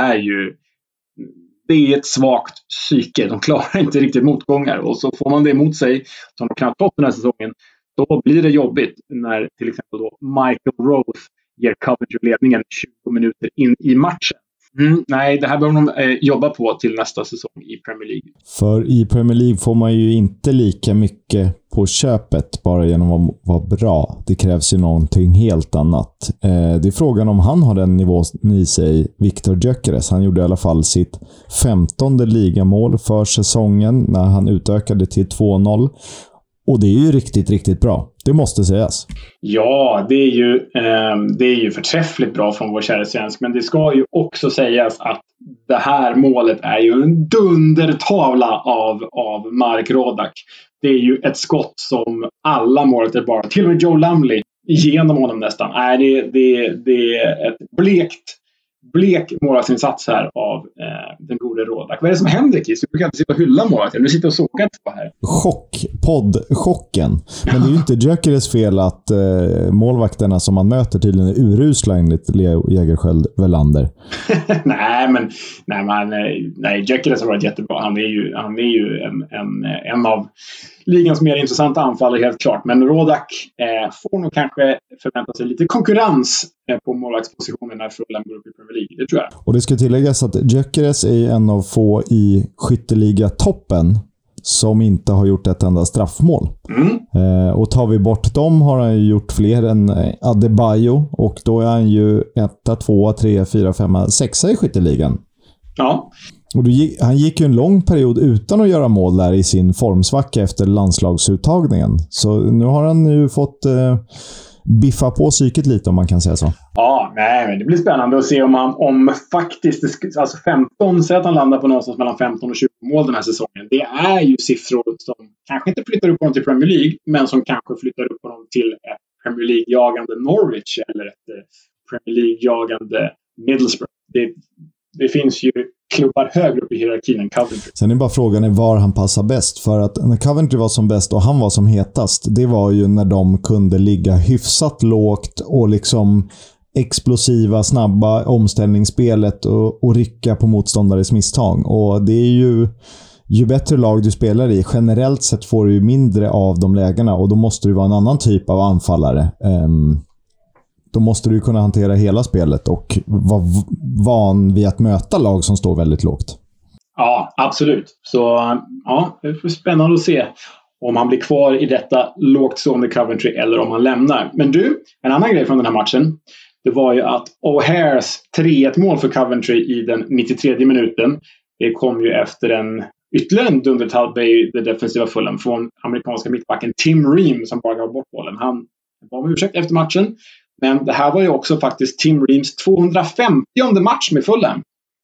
Det är ett svagt psyke. De klarar inte riktigt motgångar. Och så får man det emot sig som de knappt fått den här säsongen. Då blir det jobbigt när till exempel då Michael Rose ger Coventry-ledningen 20 minuter in i matchen. Nej, det här behöver de jobba på till nästa säsong i Premier League. För i Premier League får man ju inte lika mycket på köpet bara genom att vara bra. Det krävs ju någonting helt annat. Det är frågan om han har den nivån i sig, Victor Gyökeres. Han gjorde i alla fall sitt 15:e ligamål för säsongen när han utökade till 2-0. Och det är ju riktigt, riktigt bra. Det måste sägas. Ja, det är ju förträffligt bra från vår kära svensk. Men det ska ju också sägas att det här målet är ju en dundertavla av Mark Rodak. Det är ju ett skott som alla målet är bara. Till och med Joe Lumley genom honom nästan. Det är ett blek målvaktsinsats här av den gode Rodak. Vad är det som händer, Kiss? Du brukar inte sitta och hylla målvakten. Du sitter och sågar på här. Chocken. Men det är ju inte Gyökeres fel att målvakterna som man möter tydligen är urusla enligt Leo Jägerskiöld Welander. nej, Gyökeres har varit jättebra. Han är ju en av ligans mer intressanta anfallare helt klart. Men Rodak får nog kanske förvänta sig lite konkurrens på målvaktspositionen när Fulham går upp i Premier League. Det tror jag. Och det ska tilläggas att Gyökeres är en av få i skytteliga-toppen som inte har gjort ett enda straffmål. Och tar vi bort dem har han ju gjort fler än Adebayo. Och då är han ju 1, 2, 3, 4, 5, 6 i skytteligan. Ja. Och han gick ju en lång period utan att göra mål där i sin formsvacka efter landslagsuttagningen. Så nu har han ju fått biffa på psyket lite, om man kan säga så. Ja, men det blir spännande att se om faktiskt, alltså 15, så att han landar på någonstans mellan 15 och 20 mål den här säsongen. Det är ju siffror som kanske inte flyttar upp honom till Premier League, men som kanske flyttar upp honom till ett Premier League-jagande Norwich eller ett Premier League-jagande Middlesbrough. Det finns ju klubbar högre upp i hierarkin än Coventry. Sen är bara frågan var han passar bäst. För att när Coventry var som bäst och han var som hetast, det var ju när de kunde ligga hyfsat lågt och liksom explosiva, snabba omställningsspelet och rycka på motståndares misstag. Och det är ju bättre lag du spelar i, generellt sett får du ju mindre av de lägena, och då måste du vara en annan typ av anfallare. Då måste du kunna hantera hela spelet och vara van vid att möta lag som står väldigt lågt. Ja, absolut. Så ja, det är spännande att se om han blir kvar i detta lågt stående Coventry eller om han lämnar. Men du, en annan grej från den här matchen, det var ju att O'Hares 3-1 mål för Coventry i den 93 minuten. Det kom ju efter ytterligare en dundertabbe i det defensiva Fulham från amerikanska mittbacken Tim Ream som bara gav bort bollen. Han var med ursäkt efter matchen. Men det här var ju också faktiskt Tim Reams 250:e match med Fulham.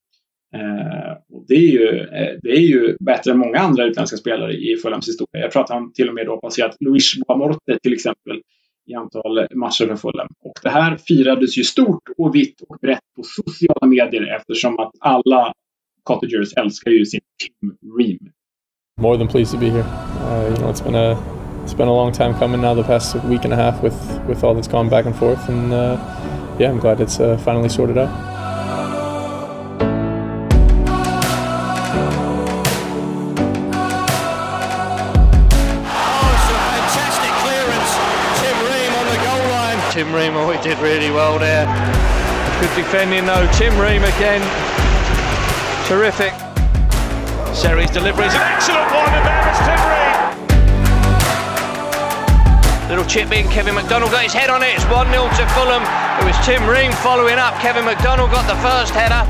Och det är ju bättre än många andra utländska spelare i Fulhams historia. Jag tror att han till och med då passerat Luis Boamorte till exempel i antal matcher för Fulham. Och det här firades ju stort och vitt och brett på sociala medier eftersom att alla Cottagers älskar ju sin Tim Ream. More than pleased to be here. It's been a long time coming now, the past week and a half with all that's gone back and forth, and I'm glad it's finally sorted out. Tim Ream, he did really well there. Good defending though. Tim Ream again. Terrific. Seri's delivery is an excellent one, and there is Tim Ream. Little chip in, Kevin McDonald got his head on it. It's 1-0 to Fulham. It was Tim Ream following up. Kevin McDonald got the first header.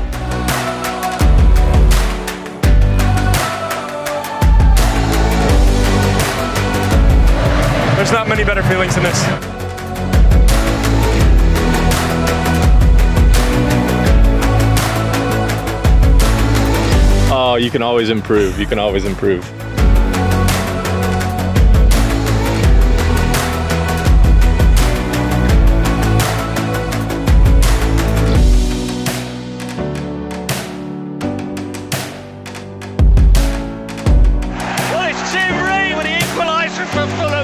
There's not many better feelings than this. Oh, you can always improve. You can always improve. Well, it's Tim Ream with the equaliser for Fulham.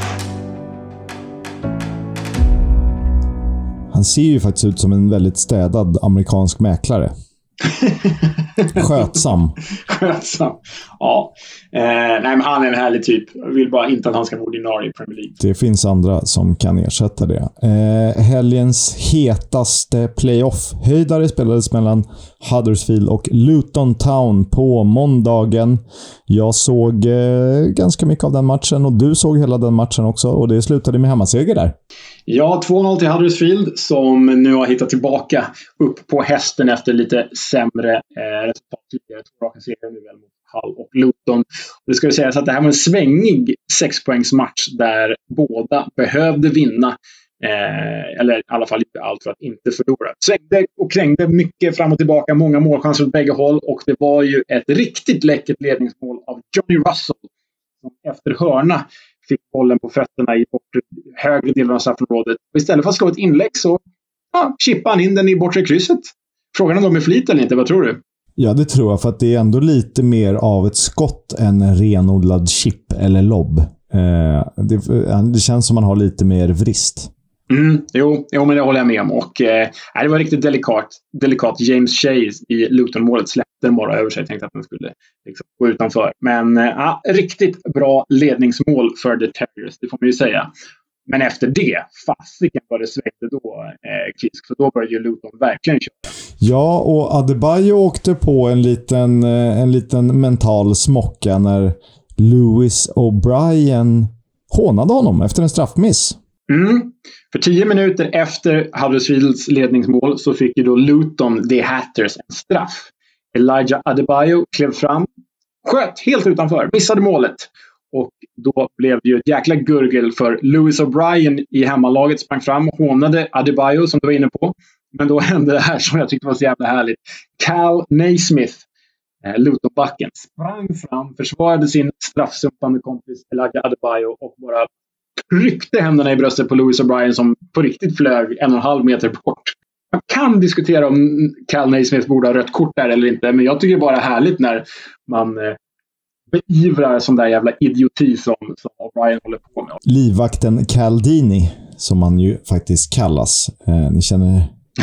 Han ser ju faktiskt ut som en väldigt städad amerikansk mäklare. Skötsam. Ja. Nej, men han är en härlig typ. Jag vill bara inte att han ska vara ordinarie i Premier League. Det finns andra som kan ersätta det. Helgens hetaste playoff-höjdare spelades mellan Huddersfield och Luton Town på måndagen. Jag såg ganska mycket av den matchen och du såg hela den matchen också, och det slutade med hemmaseger där. Ja, 2-0 till Huddersfield som nu har hittat tillbaka upp på hästen efter lite sämre resultat tidigare. 2 raka serier nu väl mot Hull och Luton. Och det ska ju sägas att det här var en svängig 6-poängsmatch där båda behövde vinna. Eller i alla fall inte allt för att inte förlora. Svängde och krängde mycket fram och tillbaka. Många målchanser åt bägge håll. Och det var ju ett riktigt läckert ledningsmål av Johnny Russell som efter hörna fick bollen på fötterna i högre delen av straffområdet. Och istället för att slå ett inlägg så chippade han in den i bortre krysset. Frågan om de är flit eller inte, vad tror du? Ja, det tror jag, för att det är ändå lite mer av ett skott än en renodlad chip eller lobb. Det känns som man har lite mer vrist. Jo, men det håller jag med om. Och det var riktigt delikat. James Shea i Luton-målet släppte mitten bara över sig. Jag tänkte att den skulle liksom gå utanför. Men riktigt bra ledningsmål för The Terriers, det får man ju säga. Men efter det, fasiken var det svängde då, Kisk. För då började ju Luton verkligen köra. Ja, och Adebayo åkte på en liten mental smocka när Lewis O'Brien hånade honom efter en straffmiss. För 10 minuter efter Huddersfields ledningsmål så fick ju då Luton The Hatters en straff. Elijah Adebayo klev fram, sköt helt utanför, missade målet. Och då blev det ju ett jäkla gurgel för Lewis O'Brien i hemmalaget sprang fram och hånade Adebayo som du var inne på. Men då hände det här som jag tyckte var så jävla härligt. Cal Naismith, Lutonbacken, sprang fram, försvarade sin straffsumpande kompis Elijah Adebayo och bara tryckte händerna i bröstet på Lewis O'Brien som på riktigt flög 1,5 meter bort. Man kan diskutera om Cal Naismith borde ha rött kort där eller inte, men jag tycker det är bara härligt när man beivrar sån där jävla idioti som O'Brien håller på med. Livvakten Caldini, som man ju faktiskt kallas. Ni känner...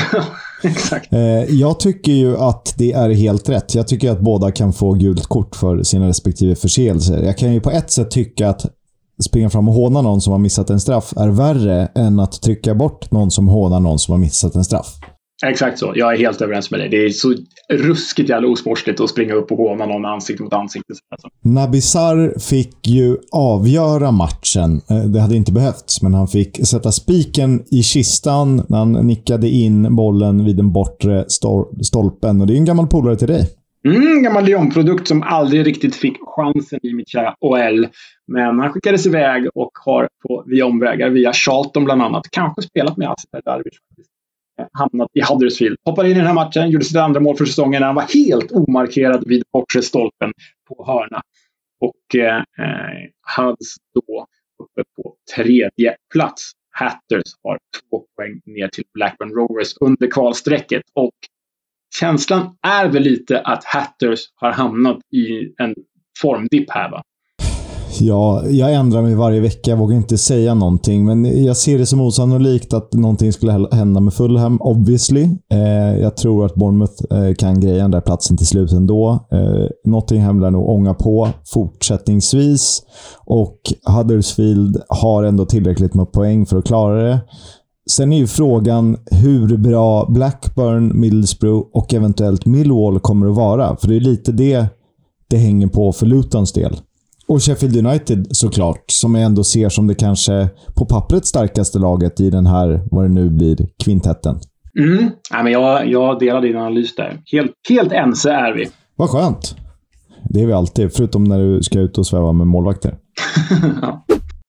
Exakt. Jag tycker ju att det är helt rätt. Jag tycker att båda kan få gult kort för sina respektive förseelser. Jag kan ju på ett sätt tycka att springa fram och håna någon som har missat en straff är värre än att trycka bort någon som hånar någon som har missat en straff. Exakt så. Jag är helt överens med dig. Det är så ruskigt jävla osmorsligt att springa upp och håna någon ansikte mot ansikte. Naby Sarr fick ju avgöra matchen. Det hade inte behövts, men han fick sätta spiken i kistan när han nickade in bollen vid den bortre stolpen. Och det är en gammal polare till dig. Gammal Lyon-produkt som aldrig riktigt fick chansen i mitt kära OL. Men han skickades iväg och har via omvägar, via Charlton bland annat, kanske spelat med Asper Darvish faktiskt. Hamnat i Huddersfield. Hoppade in i den här matchen, gjorde sitt andra mål för säsongen när han var helt omarkerad vid bortre stolpen på hörna. Och Huds då uppe på 3:e plats. Hatters har 2 poäng ner till Blackburn Rovers under kvalsträcket. Och känslan är väl lite att Hatters har hamnat i en formdipp här, va? Ja, jag ändrar mig varje vecka. Jag vågar inte säga någonting. Men jag ser det som osannolikt att någonting skulle hända med Fulham, obviously. Jag tror att Bournemouth kan greja den där platsen till slut ändå. Nottingham lär nog ånga på fortsättningsvis. Och Huddersfield har ändå tillräckligt med poäng för att klara det. Sen är ju frågan hur bra Blackburn, Middlesbrough och eventuellt Millwall kommer att vara. För det är lite det hänger på för Lutons del. Och Sheffield United såklart, som jag ändå ser som det kanske på pappret starkaste laget i den här, vad det nu blir, kvintetten. Ja, men jag delar din analys där. Helt ense är vi. Vad skönt. Det är vi alltid, förutom när du ska ut och sväva med målvakter. Ja.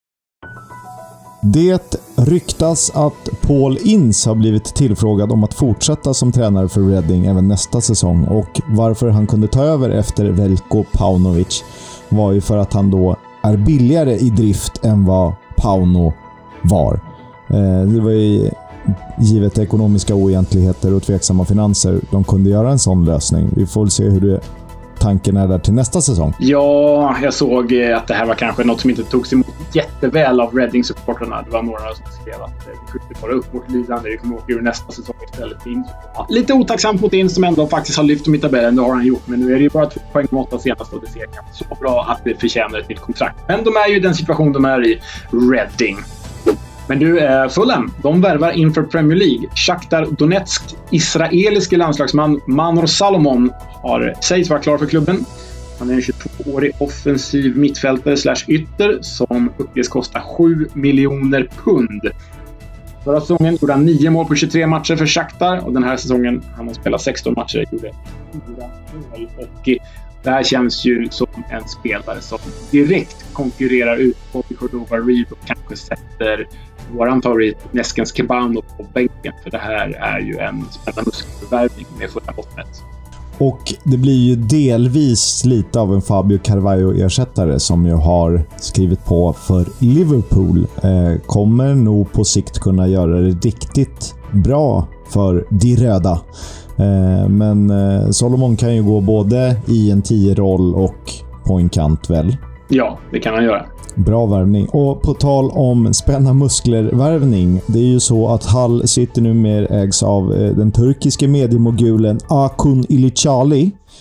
Det ryktas att Paul Ince har blivit tillfrågad om att fortsätta som tränare för Reading även nästa säsong, och varför han kunde ta över efter Veljko Paunovic var ju för att han då är billigare i drift än vad Pauno var. Det var ju givet ekonomiska oegentligheter och tveksamma finanser de kunde göra en sån lösning. Vi får se hur tanken är där till nästa säsong. Ja, jag såg att det här var kanske något som inte togs emot jätteväl av Reading-supporterna. Det var några som skrev att vi skjuter bara upp vårt lidande. Vi kommer åka ur nästa säsong istället. Ja, lite otacksamt mot in som ändå faktiskt har lyft dem i tabellen. Det har han gjort. Men nu är det ju bara 2 poäng mot 8 senast och det ser kanske så bra att det förtjänar ett nytt kontrakt. Men de är ju i den situation de är i, Reading. Men du, Fulham, de värvar inför Premier League. Shakhtar Donetsk, israeliske landslagsman Manor Salomon sägs vara klar för klubben. Han är en 22-årig offensiv mittfältare / ytter som uppges kosta 7 miljoner pund. Förra säsongen gjorde han 9 mål på 23 matcher för Shakhtar, och den här säsongen han har spelat 16 matcher, gjorde 4 mål. Och det här känns ju som en spelare som direkt konkurrerar ut Bobby Cordova-Reid och kanske sätter våran favorit Neskens Kebano på bänken, för det här är ju en spännande muskelförvärvning med fulla bottnet. Och det blir ju delvis lite av en Fabio Carvalho-ersättare som ju har skrivit på för Liverpool. Kommer nog på sikt kunna göra det riktigt bra för de röda. Men Solomon kan ju gå både i en 10-roll och på en kant väl? Ja, det kan han göra. Bra värvning. Och på tal om spänna muskler-värvning, det är ju så att Hull City numera ägs av den turkiske mediemogulen Akun Ilicali.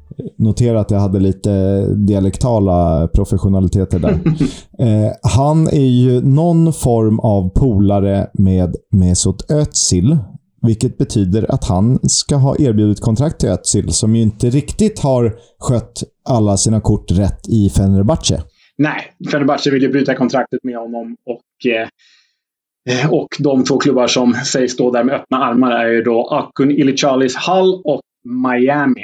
Notera att jag hade lite dialektala professionaliteter där. Han är ju någon form av polare med Mesut Özil, vilket betyder att han ska ha erbjudit kontrakt till Özil, som ju inte riktigt har skött alla sina kort rätt i Fenerbahce. Nej, Fenerbahce vill ju bryta kontraktet med honom och de 2 klubbar som sägs stå där med öppna armar är ju då Akun Ilichalis Hull och Miami.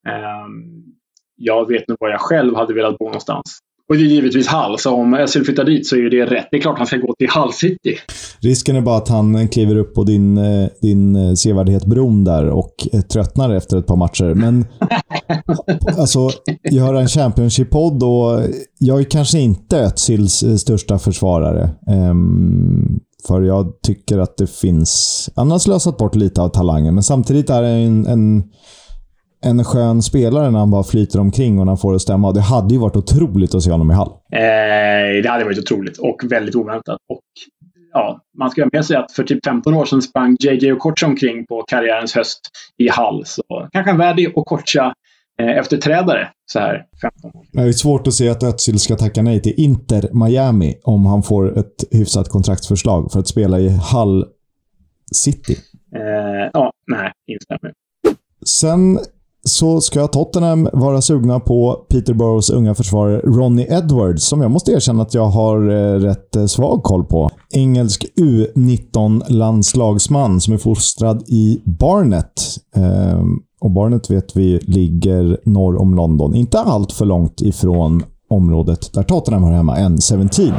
Jag vet nog vad jag själv hade velat bo någonstans. Och det är givetvis Hull, så om Özil flyttar dit så är ju det rätt. Det är klart han ska gå till Hull City. Risken är bara att han kliver upp på din sevärdhet bron där och tröttnar efter ett par matcher. Men alltså, jag har en Championship-podd och jag är kanske inte Özils största försvarare. För jag tycker att det finns... Han har slösat bort lite av talangen, men samtidigt är det en skön spelare när han bara flyter omkring och när han får det stämma. Och det hade ju varit otroligt att se honom i Hull. Det hade varit otroligt och väldigt oväntat. Och ja, man ska med sig att för typ 15 år sedan sprang JJ Okocha omkring på karriärens höst i Hull. Så kanske en värdig Okocha efterträdare så här 15 år. Det är svårt att se att Özil ska tacka nej till Inter Miami om han får ett hyfsat kontraktsförslag för att spela i Hull City. Instämmer. Sen så ska Tottenham vara sugna på Peterboroughs unga försvarare Ronnie Edwards, som jag måste erkänna att jag har rätt svag koll på. Engelsk U19-landslagsman som är fostrad i Barnet. Och Barnet vet vi ligger norr om London. Inte allt för långt ifrån området där Tottenham har hemma, N17.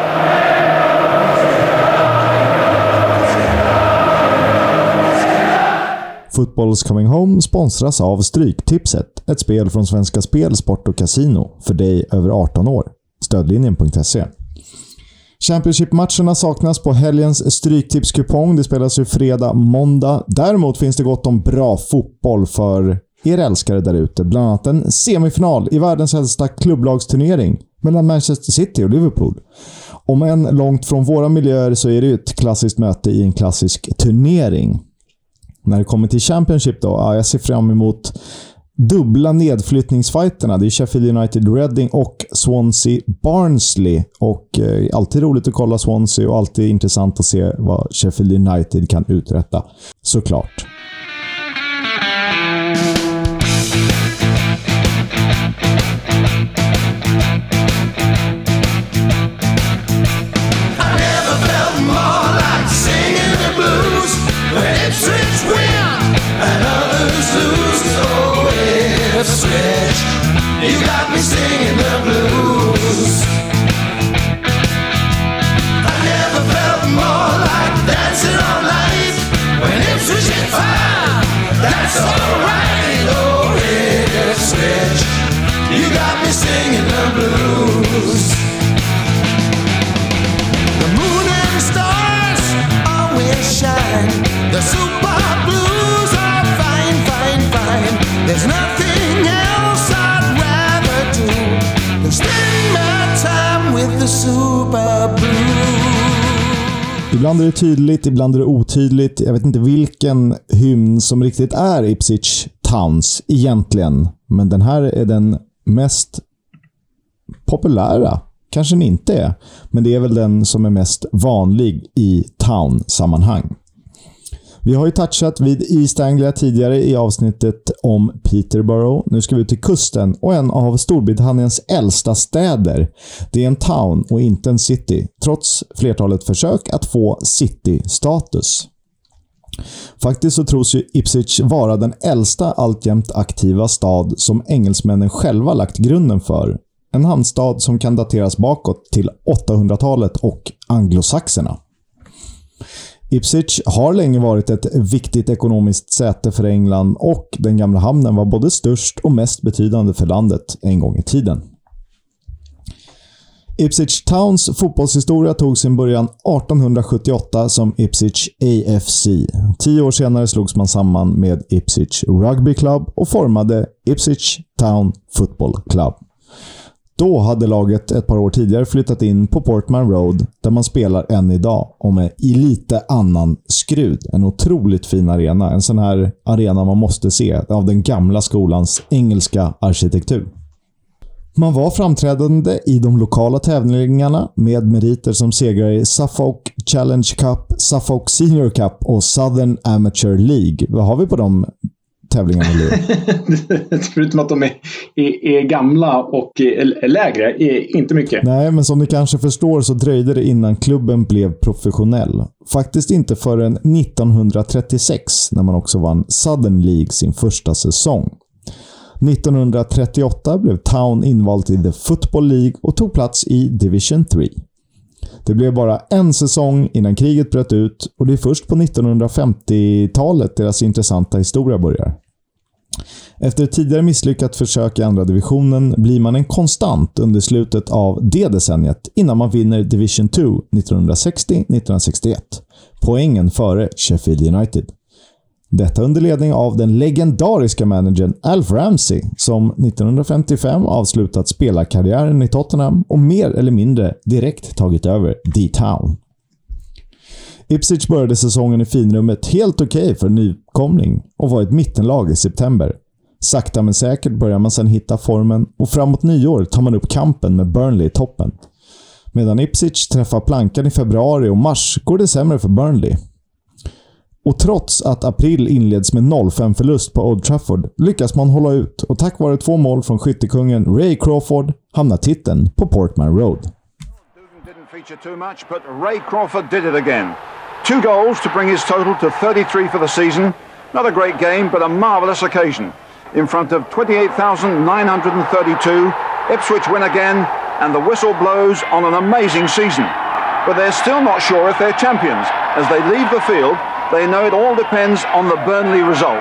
Football's Coming Home sponsras av Stryktipset, ett spel från Svenska Spel, Sport och Casino för dig över 18 år. Stödlinjen.se. Championship-matcherna saknas på helgens Stryktipskupong. Det spelas ju fredag, måndag. Däremot finns det gott om bra fotboll för er älskare där ute. Bland annat en semifinal i världens äldsta klubblagsturnering mellan Manchester City och Liverpool. Om än långt från våra miljöer så är det ju ett klassiskt möte i en klassisk turnering. När det kommer till Championship då, jag ser fram emot dubbla nedflyttningsfighterna. Det är Sheffield United Reading och Swansea Barnsley. Och alltid roligt att kolla Swansea och alltid intressant att se vad Sheffield United kan uträtta. Såklart. You got me singing the blues. I never felt more like dancing all night. When Ipswich hit fire, that's alright. Oh, Ipswich, you got me singing the blues. The moon and stars always shine. The super blues are fine, fine, fine. There's nothing else I'd rather do than spend my time with the super blues. Ibland är det tydligt, ibland är det otydligt. Jag vet inte vilken hymn som riktigt är Ipswich Towns egentligen. Men den här är den mest populära. Kanske den inte är. Men det är väl den som är mest vanlig i town-sammanhang. Vi har ju touchat vid East Anglia tidigare i avsnittet om Peterborough. Nu ska vi ut till kusten och en av Storbritanniens äldsta städer. Det är en town och inte en city, trots flertalet försök att få city-status. Faktiskt så tros ju Ipswich vara den äldsta alltjämt aktiva stad som engelsmännen själva lagt grunden för. En hamnstad som kan dateras bakåt till 800-talet och anglosaxerna. Ipswich har länge varit ett viktigt ekonomiskt säte för England och den gamla hamnen var både störst och mest betydande för landet en gång i tiden. Ipswich Towns fotbollshistoria tog sin början 1878 som Ipswich AFC. 10 år senare slogs man samman med Ipswich Rugby Club och formade Ipswich Town Football Club. Då hade laget ett par år tidigare flyttat in på Portman Road där man spelar än idag och med i lite annan skrud. En otroligt fin arena. En sån här arena man måste se av den gamla skolans engelska arkitektur. Man var framträdande i de lokala tävlingarna med meriter som segrar i Suffolk Challenge Cup, Suffolk Senior Cup och Southern Amateur League. Vad har vi på de tävlingarna nu? Förutom att de är gamla och lägre, inte mycket. Nej, men som ni kanske förstår så dröjde det innan klubben blev professionell. Faktiskt inte förrän 1936 när man också vann Southern League sin första säsong. 1938 blev Town invald i The Football League och tog plats i Division 3. Det blev bara en säsong innan kriget bröt ut och det är först på 1950-talet deras intressanta historia börjar. Efter ett tidigare misslyckat försök i andra divisionen blir man en konstant under slutet av det decenniet innan man vinner Division 2 1960-1961. Poängen före Sheffield United. Detta under ledning av den legendariska managern Alf Ramsey som 1955 avslutat spelarkarriären i Tottenham och mer eller mindre direkt tagit över D-Town. Ipswich började säsongen i finrummet helt okej för nykomling och var ett mittenlag i september. Sakta men säkert börjar man sedan hitta formen och framåt nyår tar man upp kampen med Burnley i toppen. Medan Ipswich träffar plankan i februari och mars går det sämre för Burnley. Och trots att april inleds med 0-5-förlust på Old Trafford lyckas man hålla ut och tack vare 2 mål från skyttekungen Ray Crawford hamnar titeln på Portman Road. Didn't feature too much, but Ray Crawford did it again. 2 goals to bring his total to 33 for the season. Not a great game, but a marvellous occasion. In front of 28,932, Ipswich win again, and the whistle blows on an amazing season. But they're still not sure if they're champions. As they leave the field, they know it all depends on the Burnley result.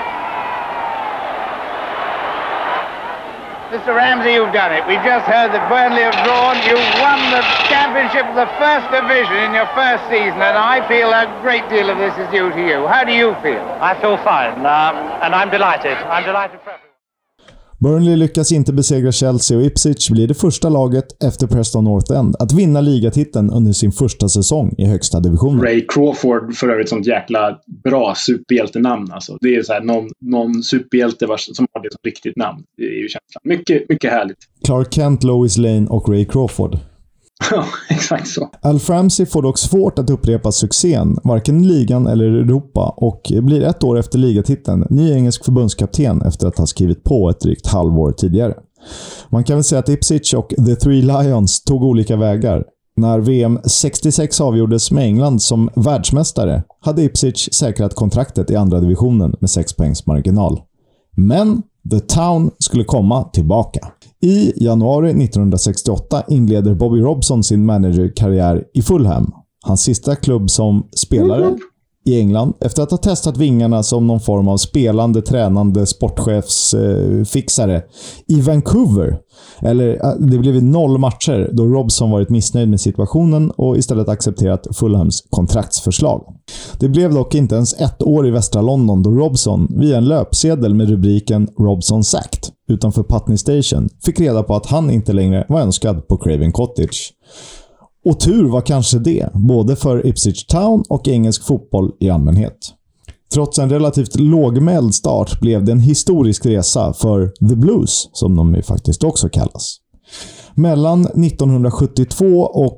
Mr. Ramsey, you've done it. We've just heard that Burnley have drawn. You've won the championship of the first division in your first season, and I feel a great deal of this is due to you. How do you feel? I feel fine, and I'm delighted. I'm delighted for everyone. Burnley lyckas inte besegra Chelsea och Ipswich blir det första laget efter Preston North End att vinna ligatiteln under sin första säsong i högsta divisionen. Ray Crawford för övrigt sånt jäkla bra superhjältenamn alltså. Det är så här någon superhjälte som har det som riktigt namn. Det är ju känslan. Mycket, mycket härligt. Clark Kent, Lois Lane och Ray Crawford. Ja, exakt så. Alf Ramsey får dock svårt att upprepa succén, varken i ligan eller i Europa, och blir 1 år efter ligatiteln ny engelsk förbundskapten efter att ha skrivit på ett drygt halvår tidigare. Man kan väl säga att Ipswich och The Three Lions tog olika vägar. När VM 66 avgjordes med England som världsmästare hade Ipswich säkrat kontraktet i andra divisionen med 6 poängs marginal. Men The Town skulle komma tillbaka. I januari 1968 inleder Bobby Robson sin managerkarriär i Fulham. Hans sista klubb som spelare i England efter att ha testat vingarna som någon form av spelande, tränande sportchefsfixare i Vancouver. Eller det blev 0 matcher då Robson varit missnöjd med situationen och istället accepterat Fulhams kontraktsförslag. Det blev dock inte ens 1 år i västra London då Robson via en löpsedel med rubriken Robson Sacked utanför Putney Station fick reda på att han inte längre var önskad på Craven Cottage. Och tur var kanske det, både för Ipswich Town och engelsk fotboll i allmänhet. Trots en relativt lågmäld start blev det en historisk resa för The Blues, som de ju faktiskt också kallas. Mellan 1972 och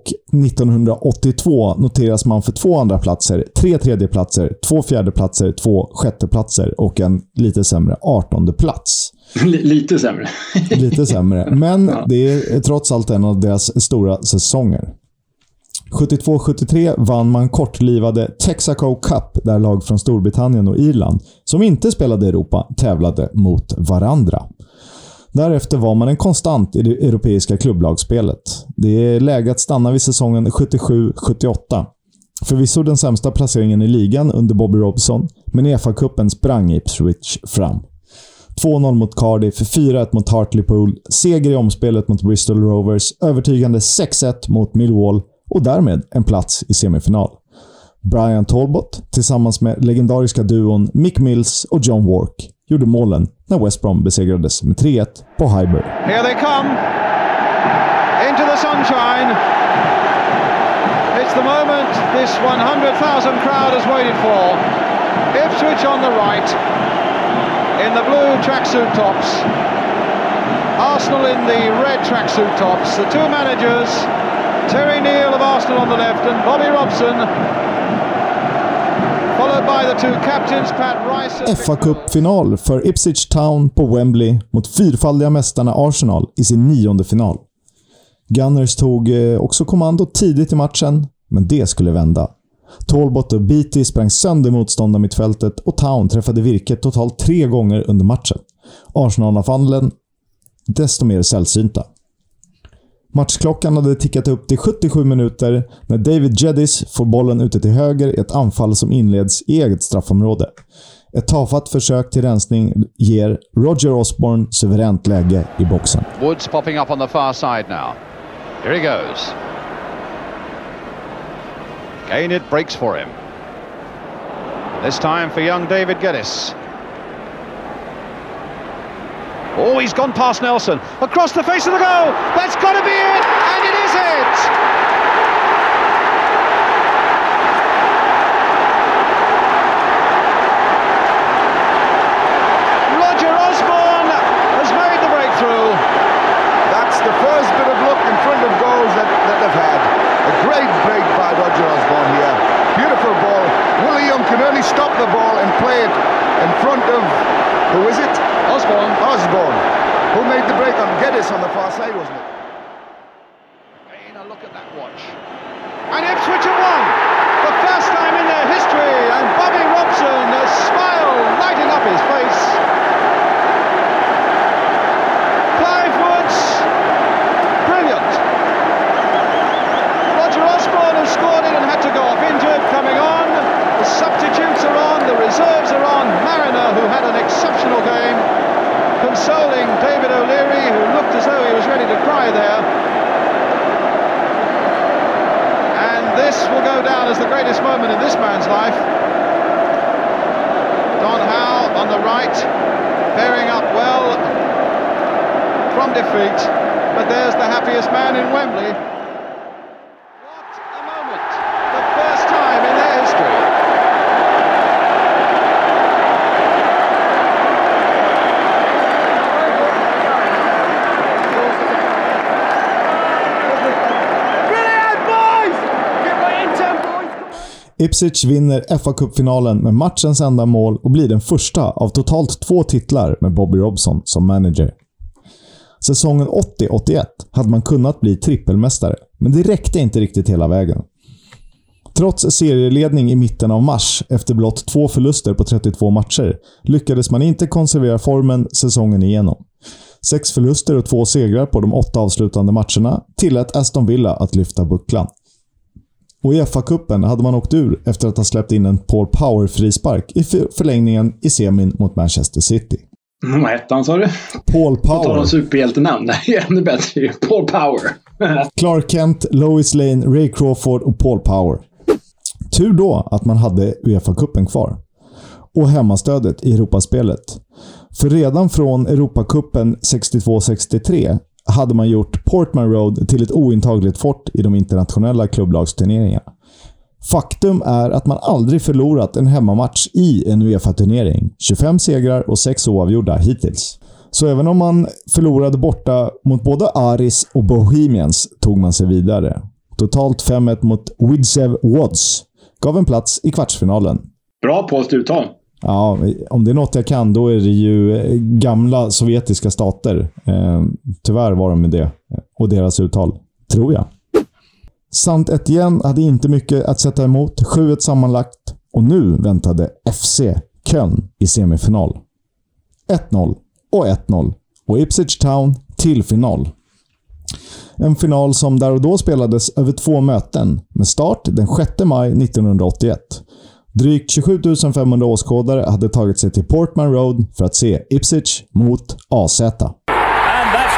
1982 noteras man för 2 andra platser, 3 tredjeplatser, 2 fjärdeplatser, 2 sjätteplatser och en lite sämre 18:e plats. Lite sämre. Lite sämre, men det är trots allt en av deras stora säsonger. 72-73 vann man kortlivade Texaco Cup där lag från Storbritannien och Irland som inte spelade i Europa tävlade mot varandra. Därefter var man en konstant i det europeiska klubblagsspelet. Det är läge att stanna vid säsongen 77-78. Förvisso den sämsta placeringen i ligan under Bobby Robson, men i FA-cupen sprang Ipswich fram. 2-0 mot Cardiff, 4-1 mot Hartlepool, seger i omspelet mot Bristol Rovers, övertygande 6-1 mot Millwall och därmed en plats i semifinal. Brian Talbot tillsammans med legendariska duon Mick Mills och John Wark gjorde målen när West Brom besegrades med 3-1 på Highbury. Here they come. into the sunshine. It's the moment this 100,000 crowd has waited for. Ipswich on the right, in the blue tracksuit tops. Arsenal in the red tracksuit tops. The two managers, Terry Neal of Arsenal on the left and Bobby Robson, followed by the two captains Pat Rice and FA Cup-final för Ipswich Town på Wembley mot fyrfaldiga mästarna Arsenal i sin 9:e final. Gunners tog också kommando tidigt i matchen, men det skulle vända. Talbot och Beattie sprang sönder motståndar mittfältet och Town träffade virket totalt 3 gånger under matchen. Arsenal-anfallen desto mer sällsynta. Matchklockan hade tickat upp till 77 minuter när David Jedis får bollen ute till höger i ett anfall som inleds i eget straffområde. Ett tafatt försök till rensning ger Roger Osborne suveränt läge i boxen. Woods popping up on the far side now. Here he goes. Again it breaks for him. This time for young David Geddes. Oh, he's gone past Nelson. Across the face of the goal. That's got to be it. And it is it. Roger Osborne has made the breakthrough. That's the first bit of luck in front of goals that they've had. A great break by Roger Osborne here. Beautiful ball. Willie Young can only stop the ball and play it in front of, who is it? Osborne, who made the break on Geddes on the far side, wasn't it? Again, a look at that watch. And Ipswich have won! The first time in their history, and Bobby Robson, a smile lighting up his face. Clive Woods, brilliant. Roger Osborne has scored it and had to go off injured, coming on. The substitutes are on, the reserves are on. Mariner, who had an exceptional game, consoling David O'Leary, who looked as though he was ready to cry there. And this will go down as the greatest moment in this man's life. Don Howe on the right, bearing up well from defeat, but there's the happiest man in Wembley. What a moment! The first time in their history. Ipswich vinner FA Cup-finalen med matchens enda mål och blir den första av totalt 2 titlar med Bobby Robson som manager. Säsongen 80-81 hade man kunnat bli trippelmästare, men det räckte inte riktigt hela vägen. Trots serieledning i mitten av mars efter blott 2 förluster på 32 matcher lyckades man inte konservera formen säsongen igenom. 6 förluster och 2 segrar på de 8 avslutande matcherna tillät Aston Villa att lyfta bucklan. Och i FA-cupen hade man åkt ur efter att ha släppt in en Paul Power-frispark i förlängningen i semin mot Manchester City. Vad hette han, sa du? Paul Power. Ta någon superhjältenamn. Det är ännu bättre. Paul Power. Clark Kent, Lois Lane, Ray Crawford och Paul Power. Tur då att man hade UEFA-cupen kvar. Och hemmastödet i Europaspelet. För redan från Europacupen 62-63 hade man gjort Portman Road till ett ointagligt fort i de internationella klubblagsturneringarna. Faktum är att man aldrig förlorat en hemmamatch i en UEFA-turnering. 25 segrar och 6 oavgjorda hittills. Så även om man förlorade borta mot både Aris och Bohemians tog man sig vidare. Totalt 5-1 mot Widzew Łódź gav en plats i kvartsfinalen. Bra polskt uttal. Ja, om det är något jag kan, då är det ju gamla sovjetiska stater. Tyvärr var de med det. Och deras uttal, tror jag. Sant Etienne hade inte mycket att sätta emot. 7-1 sammanlagt. Och nu väntade FC Köln i semifinal. 1-0 och 1-0. Och Ipswich Town till final. En final som där och då spelades över 2 möten. Med start den 6 maj 1981. Drygt 27 500 åskådare hade tagit sig till Portman Road för att se Ipswich mot AZ. And that's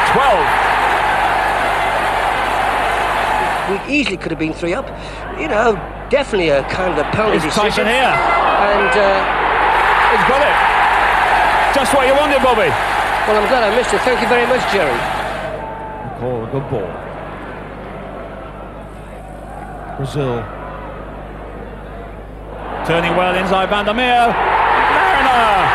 12. We easily could have been 3 up. You know, definitely a kind of a penalty decision. It's Tyson here. And he's got it. Just what you wanted, Bobby. Well, I'm glad I missed it. Thank you very much, Jerry. call, a good ball. Brazil. Turning well inside Van der Meer. Mariner!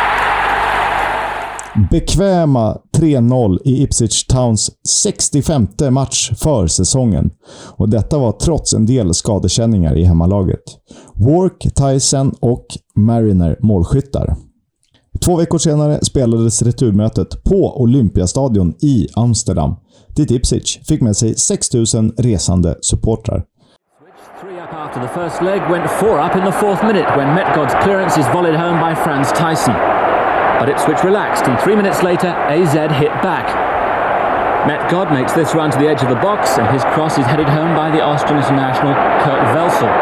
Bekväma 3-0 i Ipswich Towns 65:e match för säsongen. Och detta var trots en del skadekänningar i hemmalaget. Wark, Tyson och Mariner målskyttar. 2 veckor senare spelades returmötet på Olympiastadion i Amsterdam, dit Ipswich fick med sig 6 000 resande supportrar. 3 up after the first leg, went 4 up in the 4th minute when Metgod's clearance is volleyed home by Franz Tyson. But Ipswich relaxed and 3 minutes later AZ hit back. Metgod makes this run to the edge of the box and his cross is headed home by the Austrian international Kurt Welsel.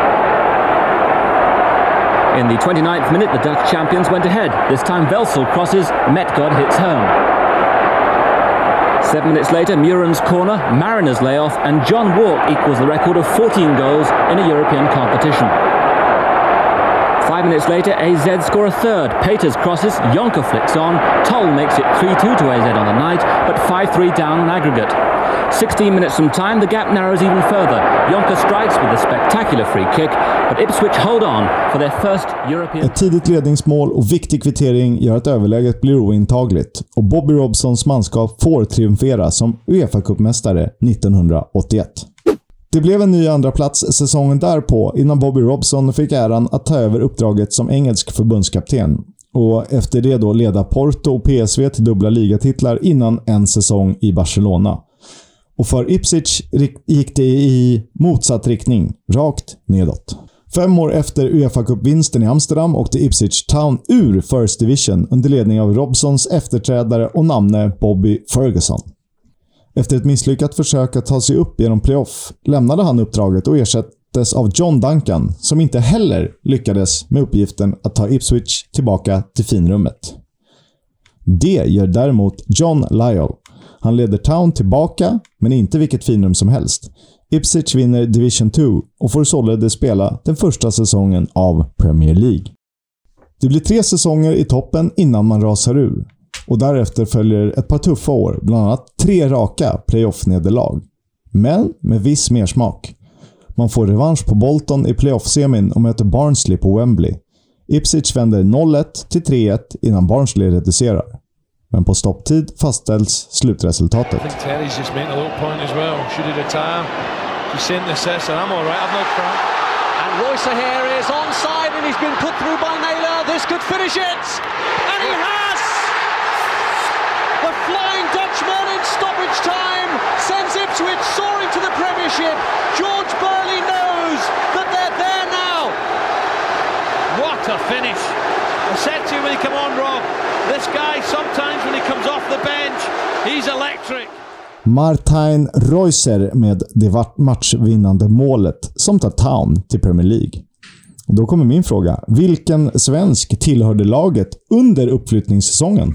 In the 29th minute, the Dutch champions went ahead. This time Welsel crosses, Metgod hits home. 7 minutes later, Muren's corner, Mariners layoff, and John Walk equals the record of 14 goals in a European competition. 5 minutes later, AZ score a third. Peters crosses, Jonker flicks on, Toll makes it 3-2 to AZ on the night, but 5-3 down on aggregate. 16 minutes from time, the gap narrows even further. Jonker strikes with a spectacular free kick, but Ipswich hold on for their first European... Ett tidigt ledningsmål och viktig kvittering gör att överläget blir ointagligt och Bobby Robsons manskap får triumfera som UEFA-cupmästare 1981. Det blev en ny andra plats säsongen därpå innan Bobby Robson fick äran att ta över uppdraget som engelsk förbundskapten och efter det då leda Porto och PSV till dubbla ligatitlar innan en säsong i Barcelona. Och för Ipswich gick det i motsatt riktning, rakt nedåt. 5 år efter UEFA-cupvinsten i Amsterdam åkte Ipswich Town ur First Division under ledning av Robsons efterträdare och namne Bobby Ferguson. Efter ett misslyckat försök att ta sig upp genom playoff lämnade han uppdraget och ersattes av John Duncan som inte heller lyckades med uppgiften att ta Ipswich tillbaka till finrummet. Det gör däremot John Lyall. Han leder Town tillbaka, men inte vilket finrum som helst. Ipswich vinner Division 2 och får således spela den första säsongen av Premier League. Det blir 3 säsonger i toppen innan man rasar ur. Och därefter följer ett par tuffa år, bland annat 3 raka playoff-nederlag. Men med viss mersmak. Man får revansch på Bolton i playoff-semin och möter Barnsley på Wembley. Ipswich vänder 0-1 till 3-1 innan Barnsley reducerar. Men på stopptid fastställs slutresultatet. Terry's just made a little point as well. Should he retire? Jacinta says that I'm all right. I've not tried. And Royce here is onside and he's been put through by Naylor. This could finish it. And he has! The Flying Dutchman in stoppage time sends Ipswich soaring to the Premiership. George Burley knows that they're there now. What a finish! I said to you when he came on, Rob, this guy sometimes when he comes off the bench, he's electric. Martin Reusser med det matchvinnande målet som tar Town till Premier League. Då kommer min fråga. Vilken svensk tillhörde laget under uppflyttningssäsongen?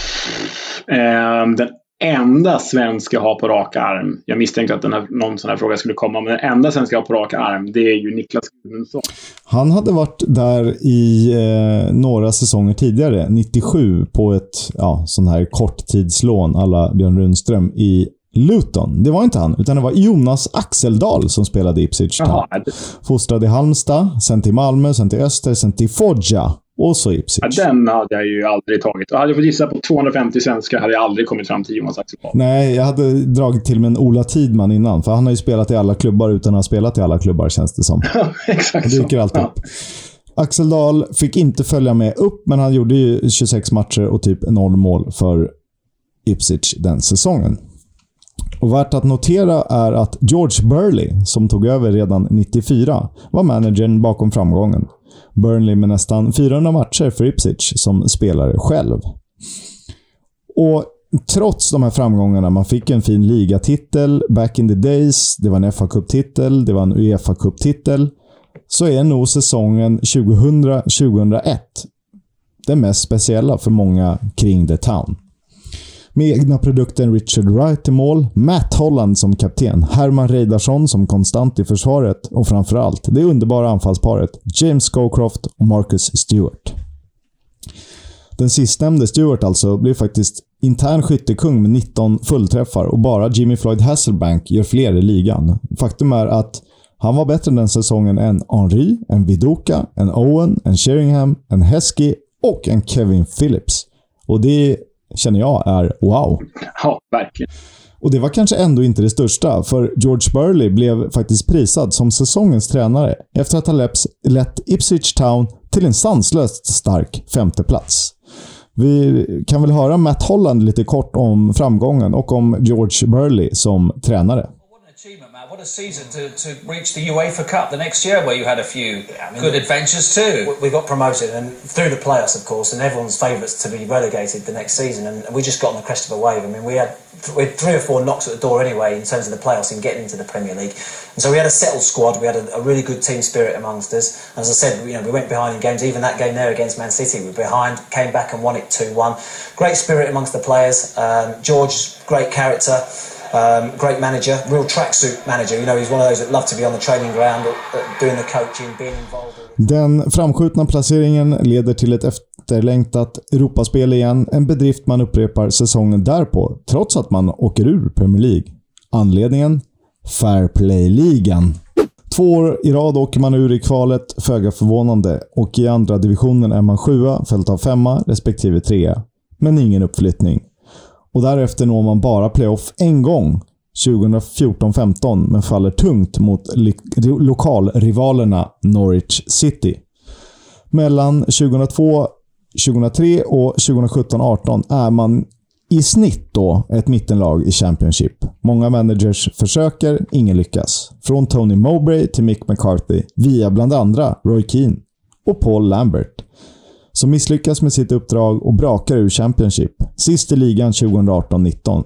Den enda svenska jag har på rak arm. Jag misstänkte att någon sån här fråga skulle komma. Men den enda svenska jag har på rak arm, det är ju Niklas Gudmundsson. Han hade varit där i några säsonger tidigare. 97 på ett sån här korttidslån alla Björn Rundström i Luton. Det var inte han, utan det var Jonas Axeldal som spelade i Ipswich. Fostrad i Halmstad, sen till Malmö, sen till Öster, sen till Foggia. Och så Ipswich. Ja, den hade jag ju aldrig tagit. Hade jag fått gissa på 250 svenskar hade jag aldrig kommit fram till Jonas Axeldal. Nej, jag hade dragit till med en Ola Tidman innan. För han har ju spelat i alla klubbar utan att ha spelat i alla klubbar, känns det som. Exakt. Det dyker alltid upp. Axeldal fick inte följa med upp, men han gjorde ju 26 matcher och typ 0 mål för Ipswich den säsongen. Och värt att notera är att George Burley, som tog över redan 94, var managern bakom framgången. Burnley med nästan 400 matcher för Ipswich som spelare själv. Och trots de här framgångarna, man fick en fin ligatitel back in the days, det var en FA-cup-titel, det var en UEFA-cup-titel, så är nog säsongen 2000-2001 den mest speciella för många kring The Town. Med egna produkten Richard Wright i mål, Matt Holland som kapten, Herman Reidarsson som konstant i försvaret och framförallt det underbara anfallsparet James Scowcroft och Marcus Stewart. Den sistnämnde, Stewart alltså, blev faktiskt intern skyttekung med 19 fullträffar och bara Jimmy Floyd Hasselbank gör fler i ligan. Faktum är att han var bättre den säsongen än Henry, en Viduka, en Owen, en Sheringham, en Heskey och en Kevin Phillips. Och det känner jag är wow. Ja, verkligen. Och det var kanske ändå inte det största, för George Burley blev faktiskt prisad som säsongens tränare efter att ha lett Ipswich Town till en sanslöst stark 5:e plats. Vi kan väl höra Matt Holland lite kort om framgången och om George Burley som tränare. What a season to reach the UEFA Cup the next year, where you had a few good adventures too. We got promoted and through the playoffs, of course, and everyone's favourites to be relegated the next season, and we just got on the crest of a wave. I mean, we had 3 or 4 knocks at the door anyway in terms of the playoffs and getting into the Premier League. And so we had a settled squad. We had a really good team spirit amongst us. And as I said, we went behind in games. Even that game there against Man City, we were behind, came back and won it 2-1. Great spirit amongst the players. George, great character. Great manager, real tracksuit manager. He's one of those that love to be on the training ground, doing the coaching, being involved. Den framskjutna placeringen leder till ett efterlängtat Europaspel igen, en bedrift man upprepar säsongen därpå, trots att man åker ur Premier League. Anledningen? Fair Play-ligan. 2 år i rad åker man ur i kvalet, föga förvånande, och i andra divisionen är man 7:a, följt av 5:a, respektive 3:a. Men ingen uppflyttning. Och därefter når man bara playoff en gång, 2014-15, men faller tungt mot lokalrivalerna Norwich City. Mellan 2002-2003 och 2017-18 är man i snitt då ett mittenlag i Championship. Många managers försöker, ingen lyckas. Från Tony Mowbray till Mick McCarthy, via bland andra Roy Keane och Paul Lambert, som misslyckas med sitt uppdrag och brakar ur Championship, sist i ligan 2018-19.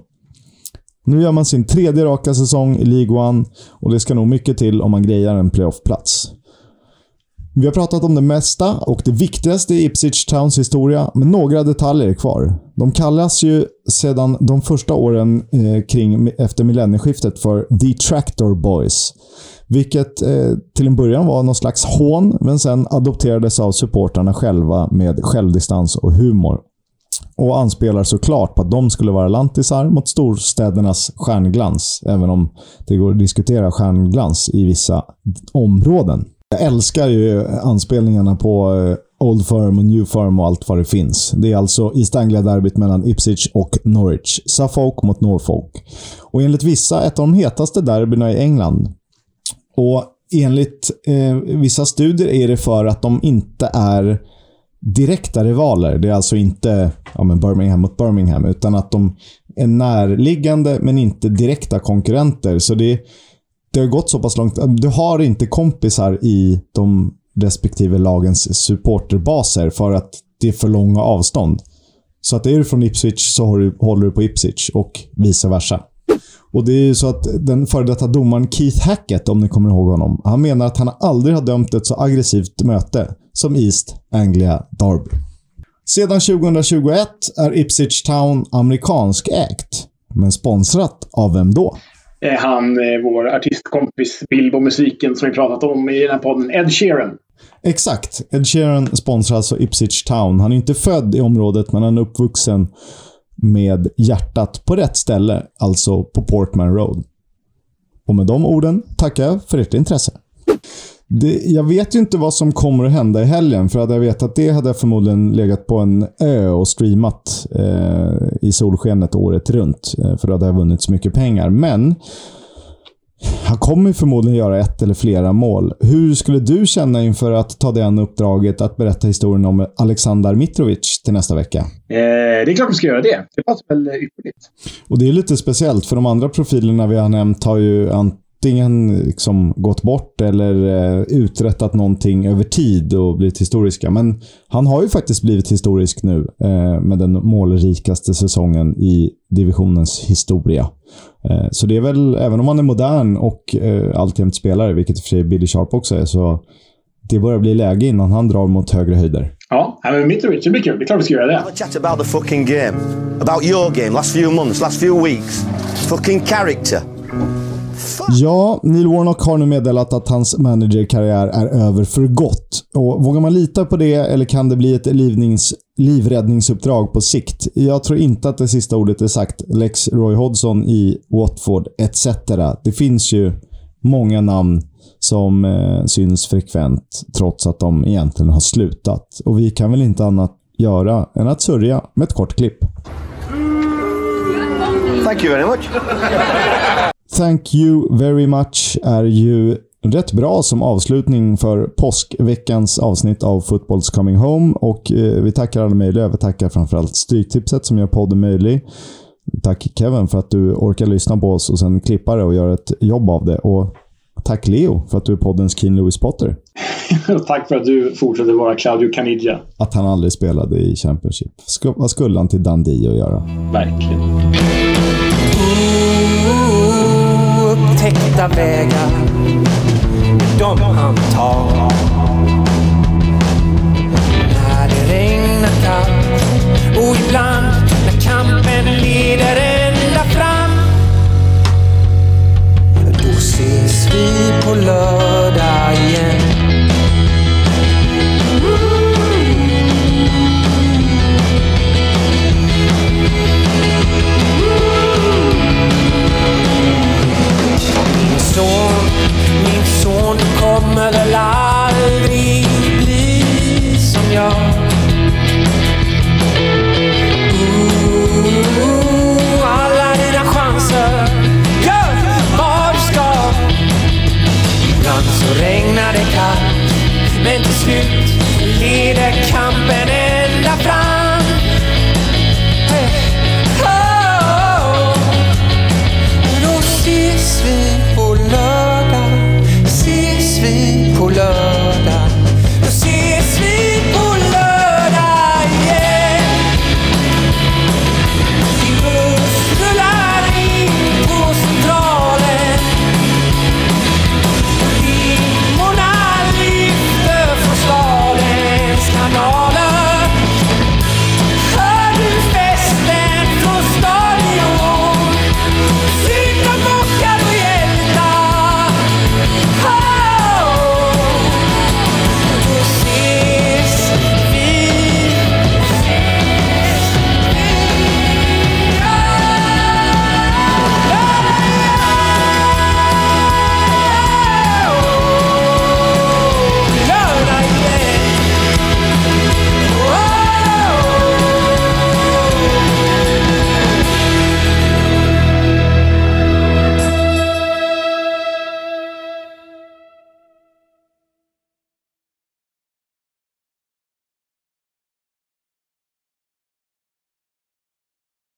Nu gör man sin 3:e raka säsong i League One och det ska nog mycket till om man grejar en playoff-plats. Vi har pratat om det mesta och det viktigaste i Ipswich Towns historia, men några detaljer är kvar. De kallas ju sedan de första åren efter millennieskiftet för The Tractor Boys, vilket till en början var någon slags hån, men sen adopterades av supportarna själva med självdistans och humor. Och anspelar såklart på att de skulle vara lantisar mot storstädernas stjärnglans, även om det går att diskutera stjärnglans i vissa områden. Jag älskar ju anspelningarna på Old Firm och New Firm och allt vad det finns. Det är alltså East Anglia-derbyt mellan Ipswich och Norwich. Suffolk mot Norfolk. Och enligt vissa ett av de hetaste derbyna i England. Och enligt vissa studier är det för att de inte är direkta rivaler. Det är alltså inte Birmingham mot Birmingham, utan att de är närliggande men inte direkta konkurrenter. Så det har gått så pass långt. Du har inte kompisar i de respektive lagens supporterbaser för att det är för långa avstånd. Så att är du från Ipswich så håller du på Ipswich och vice versa. Och det är ju så att den före detta domaren Keith Hackett, om ni kommer ihåg honom, han menar att han aldrig har dömt ett så aggressivt möte som East Anglia Derby. Sedan 2021 är Ipswich Town amerikansk ägt, men sponsrat av vem då? Han, vår artistkompis Bilbo-musiken som vi pratat om i den här podden, Ed Sheeran. Exakt, Ed Sheeran sponsrar alltså Ipswich Town. Han är inte född i området, men han är uppvuxen med hjärtat på rätt ställe, alltså på Portman Road. Och med de orden tackar jag för ert intresse. Jag vet ju inte vad som kommer att hända i helgen, för att jag vet att det hade jag förmodligen legat på en ö och streamat i solskenet året runt, för då hade jag vunnit så mycket pengar. Men han kommer förmodligen göra ett eller flera mål. Hur skulle du känna inför att ta det uppdraget att berätta historien om Aleksandar Mitrovic till nästa vecka? Det är klart vi ska göra det. Det passar väl ypperligt. Och det är lite speciellt, för de andra profilerna vi har nämnt har ju antingen liksom gått bort eller uträttat någonting över tid och blivit historiska. Men han har ju faktiskt blivit historisk nu med den målrikaste säsongen i divisionens historia. Så det är väl, även om han är modern och alltjämt spelare, vilket för sig Billy Sharp också är, så det börjar bli läge innan han drar mot högre höjder. Ja, men Mitrovic, det blir kul. Det är klart vi ska göra det. Chat about the fucking game. About your game, last few months, last few weeks. Fucking character. Ja, Neil Warnock har nu meddelat att hans managerkarriär är över för gott. Och vågar man lita på det, eller kan det bli ett livräddningsuppdrag på sikt. Jag tror inte att det sista ordet är sagt. Lex Roy Hodgson i Watford etc. Det finns ju många namn som syns frekvent trots att de egentligen har slutat. Och vi kan väl inte annat göra än att sörja med ett kort klipp. Thank you very much. Thank you very much är ju rätt bra som avslutning för påskveckans avsnitt av Football's Coming Home. Och vi tackar alla möjliga. Vi tackar framförallt Stryktipset som gör podden möjlig. Tack Kevin för att du orkar lyssna på oss och sen klippa det och göra ett jobb av det. Och tack Leo för att du är poddens Keane Lewis Potter. Tack för att du fortsätter vara Claudio Caniggia. Att han aldrig spelade i Championship. Vad skulle han till Dundee att göra? Verkligen. Upptäckta vägar, de han tar. När det regnar kallt och ibland när kampen leder ända fram, då ses vi på lördag igen. Min son kommer väl aldrig bli som jag. Alla dina chanser, gör vad du ska. Ibland så regnar det kallt, men till slut